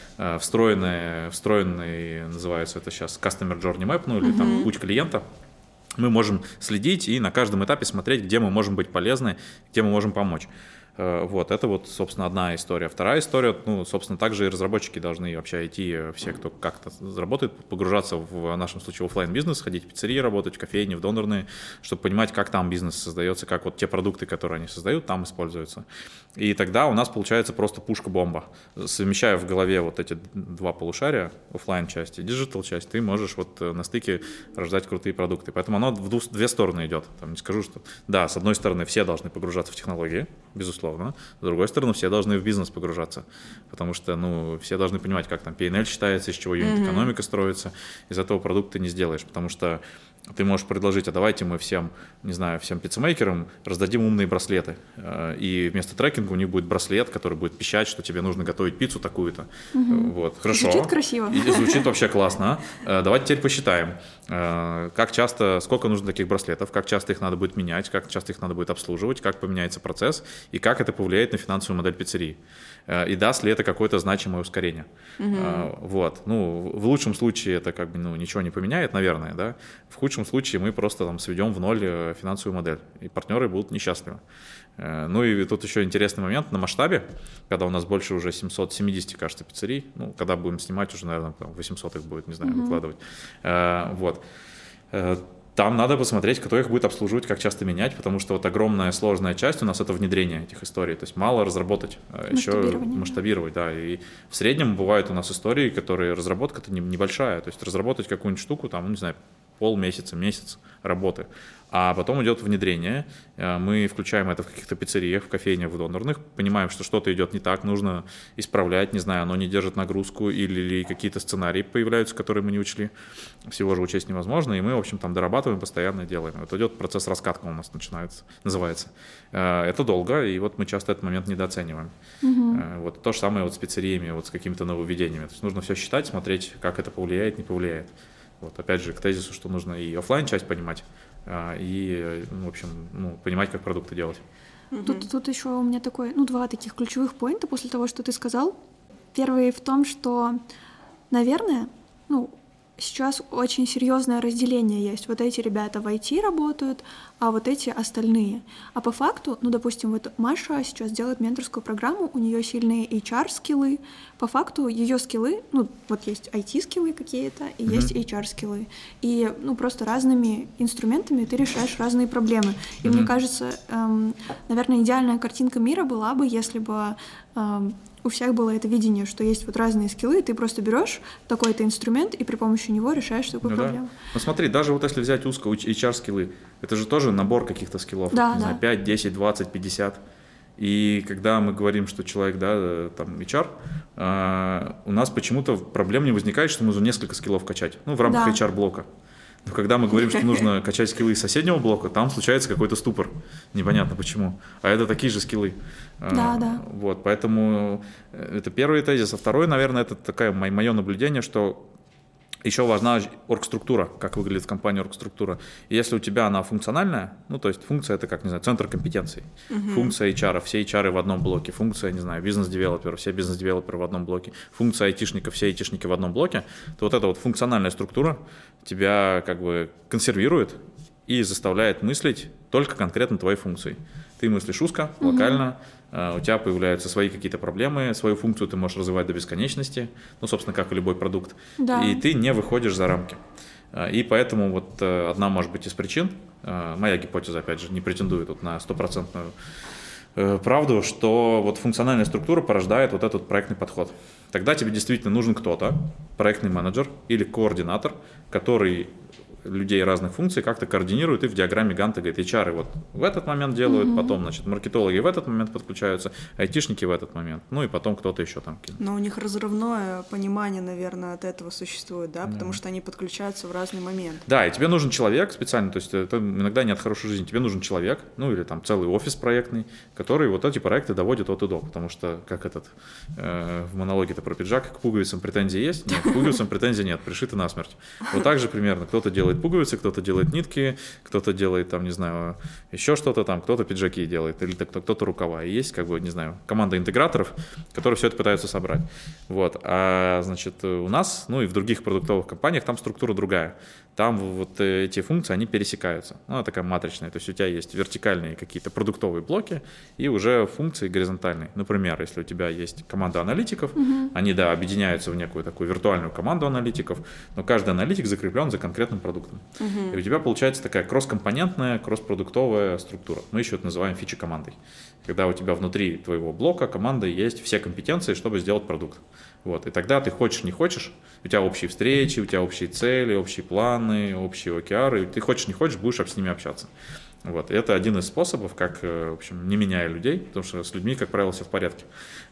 S2: встроенный, называется это сейчас, customer journey map, ну или там путь клиента. Мы можем следить и на каждом этапе смотреть, где мы можем быть полезны, где мы можем помочь. Вот, это вот, собственно, одна история. Вторая история, ну, собственно, также и разработчики должны вообще идти, все, кто как-то работает, погружаться в нашем случае в офлайн-бизнес, ходить в пиццерии работать, в кофейни, в донорные, чтобы понимать, как там бизнес создается, как вот те продукты, которые они создают, там используются. И тогда у нас получается просто пушка-бомба. Совмещая в голове вот эти два полушария, офлайн-часть и диджитал-часть, ты можешь вот на стыке рождать крутые продукты. Поэтому оно в две стороны идет. Там не скажу, что да, с одной стороны, все должны погружаться в технологии, безусловно. С другой стороны, все должны в бизнес погружаться, потому что, ну, все должны понимать, как там P&L считается, из чего юнит-экономика строится. Из этого продукта ты не сделаешь, потому что ты можешь предложить, а давайте мы всем, не знаю, всем пиццемейкерам раздадим умные браслеты, и вместо трекинга у них будет браслет, который будет пищать, что тебе нужно готовить пиццу такую-то. Вот, хорошо.
S1: Звучит красиво.
S2: И звучит вообще классно. Давайте теперь посчитаем, как часто, сколько нужно таких браслетов, как часто их надо будет менять, как часто их надо будет обслуживать, как поменяется процесс и как это повлияет на финансовую модель пиццерии. И даст ли это какое-то значимое ускорение. Вот. Ну, в лучшем случае это как бы, ну, ничего не поменяет, наверное, да. В худшем случае мы просто там сведем в ноль финансовую модель, и партнеры будут несчастливы. Ну и тут еще интересный момент на масштабе, когда у нас больше уже 770, кажется, пиццерий, ну, когда будем снимать, уже, наверное, 800 их будет, не знаю, выкладывать. Вот. Там надо посмотреть, кто их будет обслуживать, как часто менять, потому что вот огромная сложная часть у нас — это внедрение этих историй. То есть мало разработать, еще масштабировать. Да. И в среднем бывают у нас истории, которые разработка-то небольшая. То есть разработать какую-нибудь штуку, там, ну, не знаю, полмесяца, месяц работы. А потом идет внедрение, мы включаем это в каких-то пиццериях, в кофейнях, в донорных, понимаем, что что-то идет не так, нужно исправлять, не знаю, оно не держит нагрузку или какие-то сценарии появляются, которые мы не учли, всего же учесть невозможно, и мы, в общем, там дорабатываем, постоянно делаем. Вот идет процесс раскатка у нас называется. Это долго, и вот мы часто этот момент недооцениваем. Вот то же самое вот с пиццериями, вот с какими-то нововведениями. То есть нужно все считать, смотреть, как это повлияет, не повлияет. Вот, опять же, к тезису, что нужно и офлайн часть понимать, и, в общем, понимать, как продукты делать.
S1: Тут еще у меня два таких ключевых поинта после того, что ты сказал. Первый в том, что, наверное, сейчас очень серьезное разделение есть. Вот эти ребята в IT работают, а вот эти остальные. А по факту, допустим, вот Маша сейчас делает менторскую программу, у нее сильные HR-скиллы. По факту ее скиллы, вот есть IT-скиллы какие-то, и есть HR-скиллы. И, просто разными инструментами ты решаешь разные проблемы. И мне кажется, наверное, идеальная картинка мира была бы, если бы у всех было это видение, что есть вот разные скиллы, и ты просто берешь такой-то инструмент и при помощи него решаешь такую проблему.
S2: Да. Ну смотри, даже вот если взять узко HR-скиллы, это же тоже набор каких-то скиллов, не знаю, 5, 10, 20, 50. И когда мы говорим, что человек, да, там, HR, у нас почему-то проблем не возникает, что нужно несколько скиллов качать, в рамках HR-блока. Но когда мы говорим, что нужно качать скиллы из соседнего блока, там случается какой-то ступор. Непонятно почему. А это такие же скиллы.
S1: Да.
S2: Вот, поэтому это первый тезис. А второй, наверное, это такое мое наблюдение, что Еще важна оргструктура, как выглядит в компании оргструктура. И если у тебя она функциональная, ну, то есть функция — это, как, не знаю, центр компетенций, функция HR, все HR в одном блоке, функция, не знаю, бизнес-девелопер, все бизнес-девелоперы в одном блоке, функция айтишников, все айтишники в одном блоке, то вот эта вот функциональная структура тебя как бы консервирует и заставляет мыслить только конкретно твоей функцией. Ты мыслишь узко, локально, у тебя появляются свои какие-то проблемы, свою функцию ты можешь развивать до бесконечности, ну, собственно, как и любой продукт, и ты не выходишь за рамки. И поэтому вот одна, может быть, из причин, моя гипотеза, опять же, не претендует тут на стопроцентную правду, что вот функциональная структура порождает вот этот проектный подход. Тогда тебе действительно нужен кто-то, проектный менеджер или координатор, который людей разных функций как-то координирует и в диаграмме Ганта говорит, HR вот в этот момент делают, потом, значит, маркетологи в этот момент подключаются, айтишники в этот момент, ну и потом кто-то еще там кинет.
S3: Но у них разрывное понимание, наверное, от этого существует, да, потому что они подключаются в разный момент.
S2: Да, и тебе нужен человек специально, то есть это иногда не от хорошей жизни, тебе нужен человек, ну или там целый офис проектный, который вот эти проекты доводит от и до, потому что, как в монологе-то про пиджак, к пуговицам претензии есть? Нет, к пуговицам претензий нет, пришиты насмерть. Вот так же примерно, кто-то делает пуговицы, кто-то делает нитки, кто-то делает там, не знаю, еще что-то там, кто-то пиджаки делает, или кто-то рукава. И есть, как бы, не знаю, команда интеграторов, которые все это пытаются собрать. Вот. А, значит, у нас, ну и в других продуктовых компаниях там структура другая. Там вот эти функции, они пересекаются. Ну, она такая матричная. То есть у тебя есть вертикальные какие-то продуктовые блоки и уже функции горизонтальные. Например, если у тебя есть команда аналитиков, они, да, объединяются в некую такую виртуальную команду аналитиков, но каждый аналитик закреплен за конкретным продуктом. И у тебя получается такая кросс-компонентная, кросс-продуктовая структура. Мы еще это называем фичи-командой. Когда у тебя внутри твоего блока команды есть все компетенции, чтобы сделать продукт. Вот. И тогда ты хочешь, не хочешь, у тебя общие встречи, у тебя общие цели, общие планы, общие OKR, и ты хочешь, не хочешь, будешь с ними общаться. Вот. И это один из способов, как, в общем, не меняя людей, потому что с людьми, как правило, все в порядке,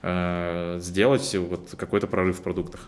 S2: сделать вот какой-то прорыв в продуктах.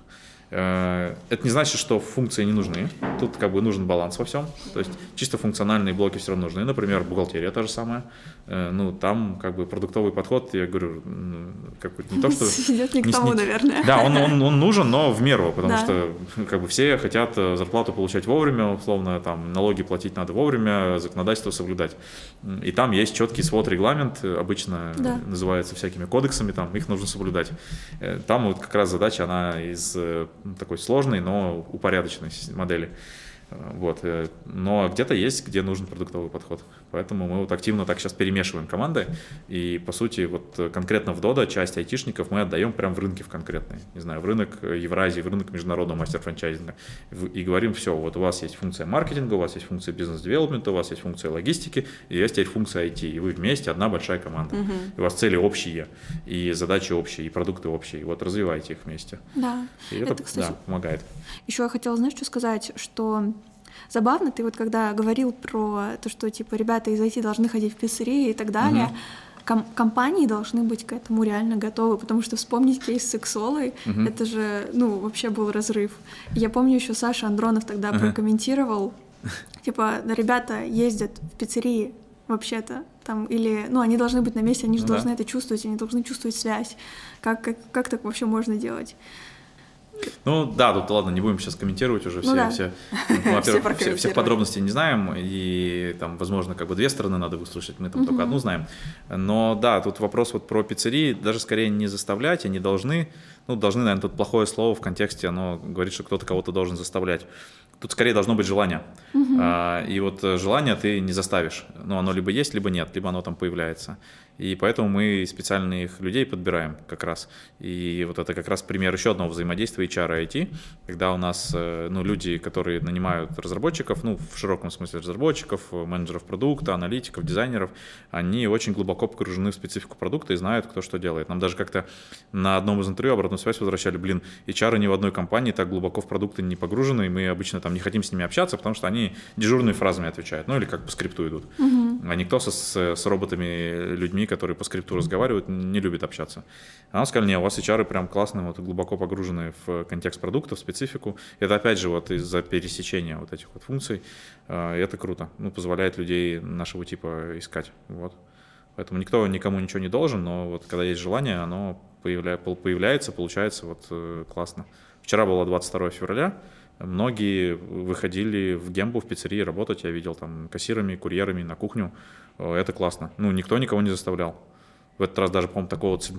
S2: Это не значит, что функции не нужны. Тут как бы нужен баланс во всем. То есть чисто функциональные блоки все равно нужны. Например, бухгалтерия та же самая. Ну, там как бы продуктовый подход, я говорю, как бы не то, что...
S3: Идет не к тому, наверное.
S2: Да, он нужен, но в меру, потому что как бы все хотят зарплату получать вовремя, условно, там, налоги платить надо вовремя, законодательство соблюдать. И там есть четкий свод-регламент, обычно называется всякими кодексами, там, их нужно соблюдать. Там вот как раз задача, она из такой сложной, но упорядоченной модели. Вот. Но где-то есть, где нужен продуктовый подход. Поэтому мы вот активно так сейчас перемешиваем команды. И, по сути, вот конкретно в Dodo часть айтишников мы отдаем прямо в рынки в конкретные. Не знаю, в рынок Евразии, в рынок международного мастер-франчайзинга. И говорим, все, вот у вас есть функция маркетинга, у вас есть функция бизнес-девелопмента, у вас есть функция логистики, и есть теперь функция IT. И вы вместе одна большая команда. И у вас цели общие, и задачи общие, и продукты общие. И вот развивайте их вместе.
S1: Да.
S2: И это, кстати, помогает.
S1: Еще я хотела, знаешь, что сказать, что забавно, ты вот когда говорил про то, что типа ребята из IT должны ходить в пиццерии и так далее, компании должны быть к этому реально готовы, потому что вспомнить кейс с Иксолой, это же, ну, вообще был разрыв. Я помню, еще Саша Андронов тогда прокомментировал, типа, ребята ездят в пиццерии вообще-то, там, или, ну, они должны быть на месте, они же должны это чувствовать, они должны чувствовать связь. Как так вообще можно делать?
S2: Ну да, тут ладно, не будем сейчас комментировать уже все подробности не знаем, и там, возможно, как бы две стороны надо выслушать, мы там только одну знаем. Но да, тут вопрос вот про пиццерии, даже скорее не заставлять, они должны, ну, должны, наверное, тут плохое слово в контексте, оно говорит, что кто-то кого-то должен заставлять. Тут скорее должно быть желание. И вот желание ты не заставишь. Ну, оно либо есть, либо нет, либо оно там появляется. И поэтому мы специальных людей подбираем как раз. И вот это как раз пример еще одного взаимодействия HR и IT, когда у нас, ну, люди, которые нанимают разработчиков, ну, в широком смысле разработчиков, менеджеров продукта, аналитиков, дизайнеров, они очень глубоко погружены в специфику продукта и знают, кто что делает. Нам даже как-то на одном из интервью обратную связь возвращали, HR ни в одной компании так глубоко в продукты не погружены, и мы обычно там не хотим с ними общаться, потому что они дежурными фразами отвечают, ну, или как по скрипту идут. А никто с роботами, людьми, которые по скрипту разговаривают, не любит общаться. А нам сказали, не, у вас HR прям классные, вот, глубоко погружены в контекст продукта, в специфику. Это опять же вот из-за пересечения вот этих вот функций. И это круто. Ну, позволяет людей нашего типа искать. Вот. Поэтому никто никому ничего не должен, но вот когда есть желание, оно появляется, получается вот классно. Вчера было 22 февраля, многие выходили в Гембу, в пиццерии работать, я видел там кассирами, курьерами на кухню, это классно. Ну, никто никого не заставлял. В этот раз даже, по-моему,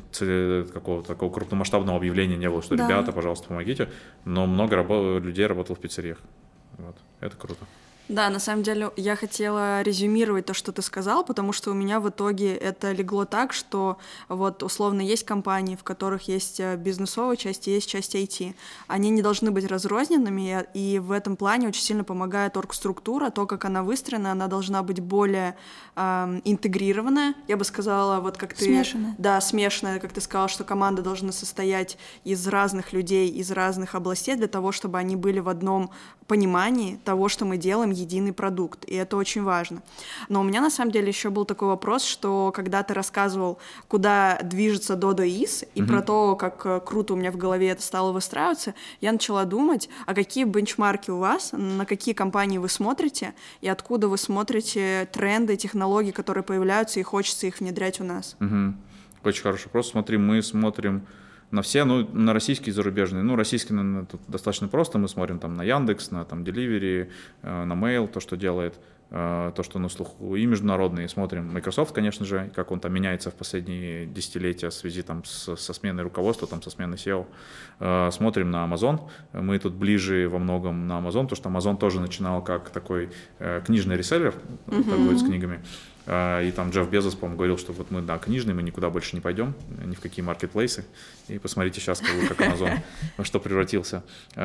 S2: такого крупномасштабного объявления не было, что
S1: Да.
S2: ребята, пожалуйста, помогите, но много людей работало в пиццериях. Вот. Это круто.
S3: Да, на самом деле я хотела резюмировать то, что ты сказал, потому что у меня в итоге это легло так, что вот условно есть компании, в которых есть бизнесовая часть и есть часть IT. Они не должны быть разрозненными, и в этом плане очень сильно помогает оргструктура, то, как она выстроена, она должна быть более интегрированная, я бы сказала, вот как ты...
S1: Смешанная.
S3: Да, смешанная, как ты сказала, что команда должна состоять из разных людей, из разных областей для того, чтобы они были в одном понимании того, что мы делаем, единый продукт, и это очень важно. Но у меня на самом деле еще был такой вопрос, что когда ты рассказывал, куда движется Dodo Is, и про то, как круто у меня в голове это стало выстраиваться, я начала думать, а какие бенчмарки у вас, на какие компании вы смотрите, и откуда вы смотрите тренды, технологии, которые появляются, и хочется их внедрять у нас.
S2: Очень хороший вопрос. Смотри, мы смотрим на все, ну, на российские и зарубежные. Ну, российские, наверное, тут достаточно просто. Мы смотрим там на Яндекс, на там Delivery, на Mail, то, что делает, то, что на слуху, и международные. Смотрим Microsoft, конечно же, как он там меняется в последние десятилетия в связи там со сменой руководства, там, со сменой SEO. Смотрим на Amazon. Мы тут ближе во многом на Amazon, потому что Amazon тоже начинал как такой книжный реселлер, торгует с книгами. И там Джефф Безос, по-моему, говорил, что вот мы, да, книжные, мы никуда больше не пойдем, ни в какие маркетплейсы. И посмотрите сейчас, как Amazon, во что превратился.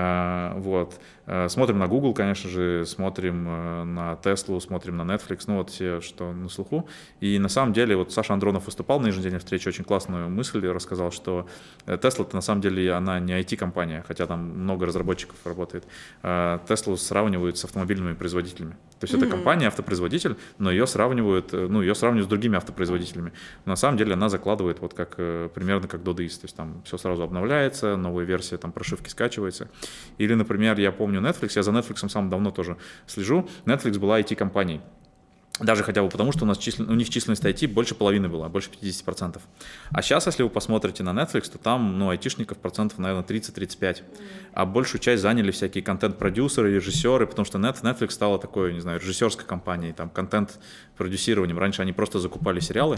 S2: Вот. Смотрим на Google, конечно же, смотрим на Tesla, смотрим на Netflix, ну вот все, что на слуху. И на самом деле, вот Саша Андронов выступал на еженедельной встрече, очень классную мысль рассказал, что Tesla-то на самом деле, она не IT-компания, хотя там много разработчиков работает. Tesla сравнивают с автомобильными производителями. То есть это компания, автопроизводитель, но ее сравнивают с другими автопроизводителями. Но на самом деле она закладывает вот как примерно как Dodo Is, то есть там все сразу обновляется, новая версия там прошивки скачивается. Или, например, я помню Netflix, я за Netflix сам давно тоже слежу. Netflix была IT-компанией. Даже хотя бы потому, что у них численность IT больше половины была, больше 50%. А сейчас, если вы посмотрите на Netflix, то там, айтишников процентов, наверное, 30-35. А большую часть заняли всякие контент-продюсеры, режиссеры, потому что Netflix стала такой, не знаю, режиссерской компанией, там, контент-продюсированием. Раньше они просто закупали сериалы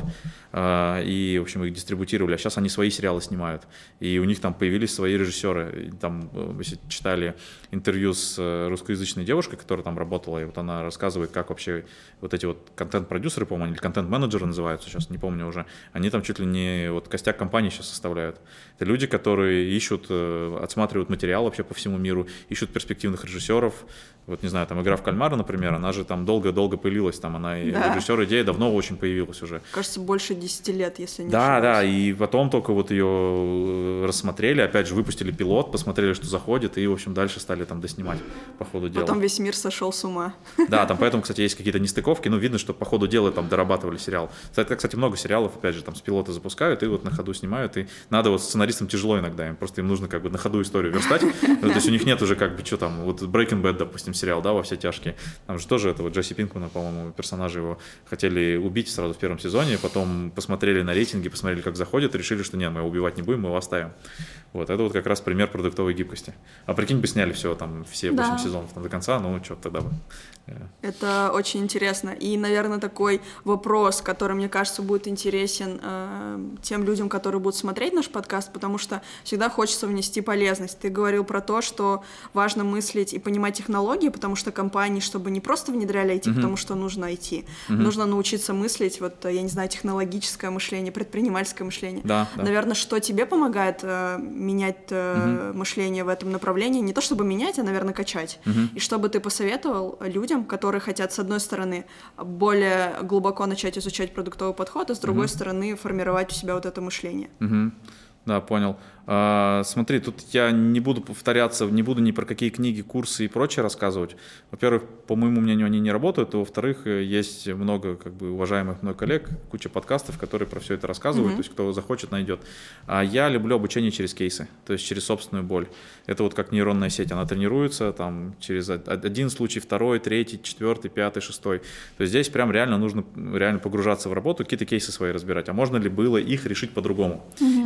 S2: и, в общем, их дистрибутировали, а сейчас они свои сериалы снимают. И у них там появились свои режиссеры. И там, если читали интервью с русскоязычной девушкой, которая там работала, и вот она рассказывает, как вообще вот эти вот контент-продюсеры, по-моему, или контент-менеджеры называются сейчас, не помню уже, они там чуть ли не вот костяк компании сейчас составляют. Это люди, которые ищут, отсматривают материал вообще по всему миру, ищут перспективных режиссеров. Вот, не знаю, там «Игра в кальмара», например, она же там долго-долго появилась, там она,
S3: да.
S2: Режиссер идея давно очень появилась уже.
S3: Кажется, больше 10 лет, если не
S2: ошибаюсь. Да,
S3: ошибаюсь.
S2: и потом только вот ее рассмотрели, опять же выпустили пилот, посмотрели, что заходит, и, в общем, дальше стали там доснимать по ходу дела.
S3: Потом весь мир сошел с ума.
S2: Да, там поэтому, кстати, есть какие-то нестыковки, видно, что по ходу дела там дорабатывали сериал. Кстати, много сериалов, опять же, там с пилота запускают и вот на ходу снимают, и надо вот сценаристам тяжело иногда, им нужно как бы на ходу историю верстать, то есть у них нет уже как бы, что там, вот Breaking Bad, допустим, сериал, да, во все тяжкие, там же тоже это вот Джесси Пинкмана, по-моему, персонажа его хотели убить сразу в первом сезоне, потом посмотрели на рейтинги, посмотрели, как заходит, решили, что нет, мы его убивать не будем, мы его оставим. Вот, это вот как раз пример продуктовой гибкости. А прикинь, бы сняли все все 8 сезонов там до конца, что тогда бы.
S3: Это очень интересно. И, наверное, такой вопрос, который, мне кажется, будет интересен тем людям, которые будут смотреть наш подкаст, потому что всегда хочется внести полезность. Ты говорил про то, что важно мыслить и понимать технологии, потому что компании, чтобы не просто внедряли IT, потому что нужно IT, нужно научиться мыслить, вот, я не знаю, технологическое мышление, предпринимательское мышление.
S2: Да.
S3: Наверное, что тебе помогает менять мышление в этом направлении, не то чтобы менять, а, наверное, качать. И что бы ты посоветовал людям, которые хотят, с одной стороны, более глубоко начать изучать продуктовый подход, а с другой стороны, формировать у себя вот это мышление.
S2: Да, понял. Смотри, тут я не буду повторяться, не буду ни про какие книги, курсы и прочее рассказывать. Во-первых, по моему мнению, они не работают, а во-вторых, есть много как бы уважаемых мной коллег, куча подкастов, которые про все это рассказывают, то есть кто захочет, найдет. А я люблю обучение через кейсы, то есть через собственную боль. Это вот как нейронная сеть, она тренируется там через один случай, второй, третий, четвертый, пятый, шестой. То есть здесь прям нужно погружаться в работу, какие-то кейсы свои разбирать, а можно ли было их решить по-другому.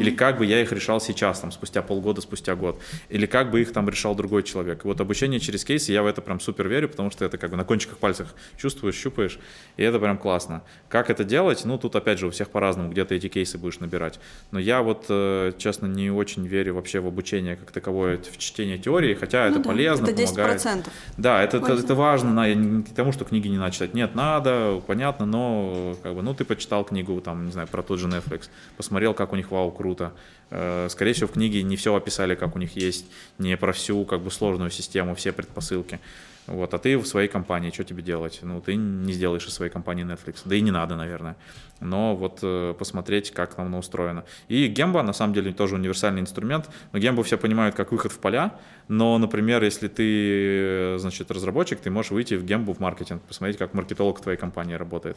S2: или как бы я их решал сейчас, там, спустя полгода, спустя год, или как бы их там решал другой человек. И вот обучение через кейсы, я в это прям супер верю, потому что это как бы на кончиках пальцев чувствуешь, щупаешь, и это прям классно. Как это делать? Ну, тут опять же у всех по-разному, где ты эти кейсы будешь набирать. Но я вот, честно, не очень верю вообще в обучение как таковое, в чтение теории, хотя это полезно,
S3: это 10%.
S2: помогает. Да, это важно, я не к тому, что книги не надо читать. Нет, надо, понятно, но как бы, ну, ты почитал книгу, там, не знаю, про тот же Netflix, посмотрел, как у них вау, круто. Скорее всего, в книге не все описали, как у них есть, не про всю как бы сложную систему, все предпосылки. Вот, а ты в своей компании, что тебе делать? Ну, ты не сделаешь из своей компании Netflix, да и не надо, наверное. Но вот посмотреть, как там оно устроено. И Gemba, на самом деле, тоже универсальный инструмент, но Gemba все понимают как выход в поля, но, например, если ты, значит, разработчик, ты можешь выйти в Gemba в маркетинг, посмотреть, как маркетолог твоей компании работает.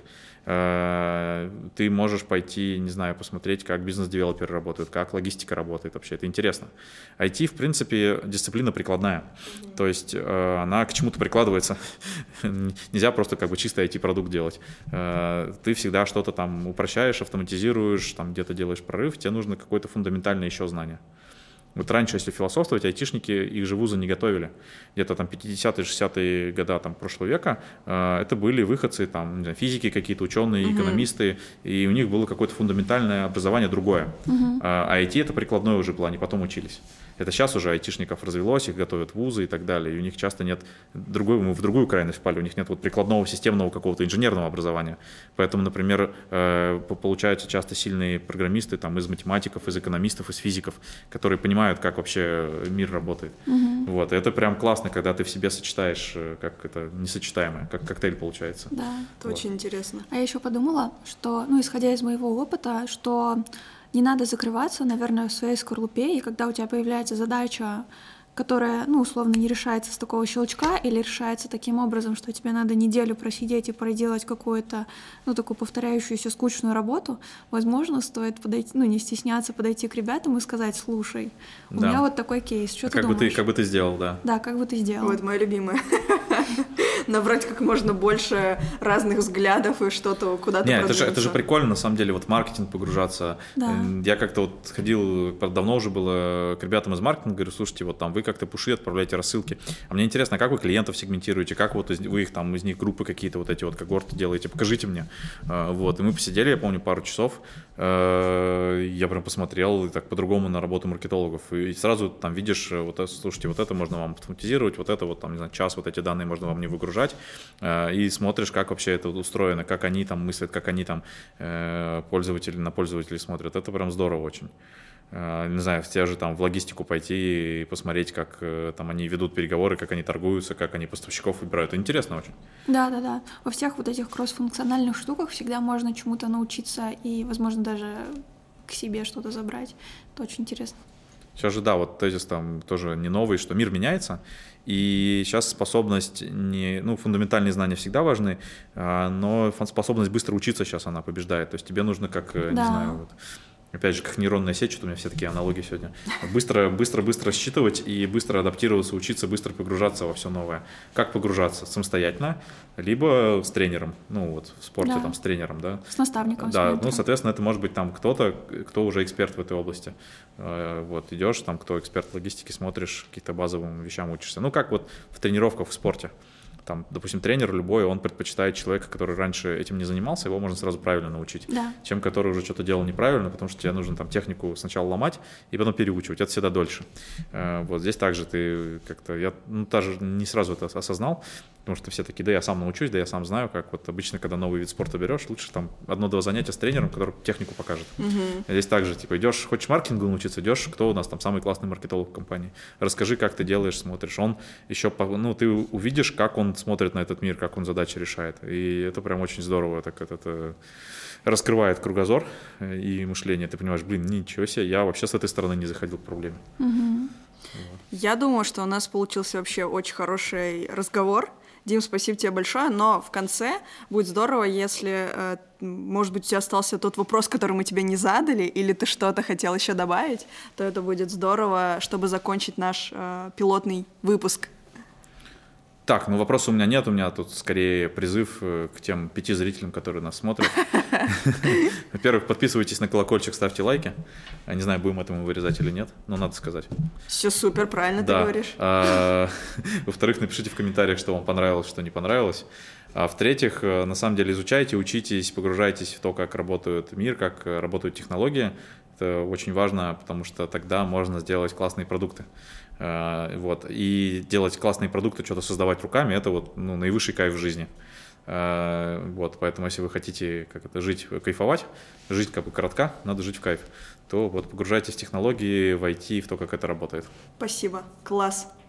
S2: Ты можешь пойти, не знаю, посмотреть, как бизнес-девелоперы работают, как логистика работает вообще, это интересно. IT, в принципе, дисциплина прикладная, то есть она к чему-то прикладывается. Нельзя просто как бы чисто IT-продукт делать. Ты всегда что-то там упрощаешь, автоматизируешь, там где-то делаешь прорыв, тебе нужно какое-то фундаментальное еще знание. Вот раньше, если философствовать, айтишники их же вузы не готовили. Где-то там 50-е, 60-е годы там, прошлого века это были выходцы, там, не знаю, физики какие-то, ученые, экономисты, и у них было какое-то фундаментальное образование другое. А IT это прикладное уже было, они потом учились. Это сейчас уже айтишников развелось, их готовят в вузы и так далее, и у них часто нет, мы в другую крайность впали, у них нет вот прикладного системного какого-то инженерного образования. Поэтому, например, получаются часто сильные программисты там, из математиков, из экономистов, из физиков, которые понимают, как вообще мир работает. Вот. И это прям классно, когда ты в себе сочетаешь, как это несочетаемое, как коктейль получается.
S1: Да.
S3: Это очень интересно.
S1: А я еще подумала, что, ну, исходя из моего опыта, что не надо закрываться, наверное, в своей скорлупе, и когда у тебя появляется задача, которая, ну, условно, не решается с такого щелчка или решается таким образом, что тебе надо неделю просидеть и проделать какую-то, ну, такую повторяющуюся скучную работу, возможно, стоит подойти, ну, не стесняться подойти к ребятам и сказать: слушай, у меня вот такой кейс, что ты думаешь?
S2: Как бы ты сделал, да.
S1: Да, как бы ты сделал.
S3: Вот моя любимая. Набрать как можно больше разных взглядов и что-то куда-то продвинуться.
S2: Это же прикольно, на самом деле, вот в маркетинг погружаться.
S1: Да.
S2: Я как-то вот ходил, давно уже было, к ребятам из маркетинга, говорю: слушайте, вот там вы как-то пуши отправляете, рассылки. А мне интересно, как вы клиентов сегментируете, как вот вы их там, из них группы какие-то вот эти вот когорты делаете, покажите мне. Вот, и мы посидели, я помню, пару часов, я прям посмотрел так по-другому на работу маркетологов, и сразу там видишь, вот, слушайте, вот это можно вам автоматизировать, вот это вот там, не знаю, час, вот эти данные можно вам не выгружать, и смотришь, как вообще это устроено, как они там мыслят, как они там на пользователей смотрят. Это прям здорово очень. Не знаю, те же там в логистику пойти и посмотреть, как там они ведут переговоры, как они торгуются, как они поставщиков выбирают. Это интересно очень.
S1: Да. Во всех вот этих кросс-функциональных штуках всегда можно чему-то научиться и, возможно, даже к себе что-то забрать. Это очень интересно.
S2: Сейчас же, да, вот тезис там тоже не новый, что мир меняется, и сейчас способность, фундаментальные знания всегда важны, но способность быстро учиться сейчас она побеждает. То есть тебе нужно как, не знаю, вот, опять же, как нейронная сеть, что у меня все такие аналогии сегодня. Быстро считывать и быстро адаптироваться, учиться, быстро погружаться во все новое. Как погружаться? Самостоятельно, либо с тренером. Ну вот в спорте там с тренером, да.
S1: С наставником.
S2: Да, соответственно, это может быть там кто-то, кто уже эксперт в этой области. Вот идешь, там, кто эксперт в логистике, смотришь, каким-то базовым вещам учишься. Ну как вот в тренировках в спорте. Там, допустим, тренер любой, он предпочитает человека, который раньше этим не занимался, его можно сразу правильно научить, чем который уже что-то делал неправильно, потому что тебе нужно там технику сначала ломать и потом переучивать, это всегда дольше. Вот здесь также ты как-то, я даже не сразу это осознал, потому что все такие: да я сам научусь, да я сам знаю, как вот обычно, когда новый вид спорта берешь, лучше там 1-2 занятия с тренером, который технику покажет. Здесь также, типа, идешь, хочешь маркетингу научиться, идешь, кто у нас там самый классный маркетолог в компании, расскажи, как ты делаешь, смотришь, он еще, ты увидишь, как он смотрит на этот мир, как он задачи решает, и это прям очень здорово, так это раскрывает кругозор и мышление, ты понимаешь, ничего себе, я вообще с этой стороны не заходил к проблеме.
S3: Вот. Я думаю, что у нас получился вообще очень хороший разговор. Дим, спасибо тебе большое, но в конце будет здорово, если, может быть, у тебя остался тот вопрос, который мы тебе не задали, или ты что-то хотел еще добавить, то это будет здорово, чтобы закончить наш пилотный выпуск.
S2: Так, ну вопроса у меня нет, у меня тут скорее призыв к тем 5 зрителям, которые нас смотрят. Во-первых, подписывайтесь на колокольчик, ставьте лайки. Я не знаю, будем этому вырезать или нет, но надо сказать.
S3: Все супер, правильно ты говоришь.
S2: Во-вторых, напишите в комментариях, что вам понравилось, что не понравилось. А в-третьих, на самом деле изучайте, учитесь, погружайтесь в то, как работает мир, как работают технологии. Это очень важно, потому что тогда можно сделать классные продукты. Вот. И делать классные продукты, что-то создавать руками, это вот, ну, наивысший кайф в жизни. Вот. Поэтому если вы хотите жить, кайфовать, жизнь как бы коротка, надо жить в кайф, то вот погружайтесь в технологии, в IT, в то, как это работает.
S3: Спасибо. Класс.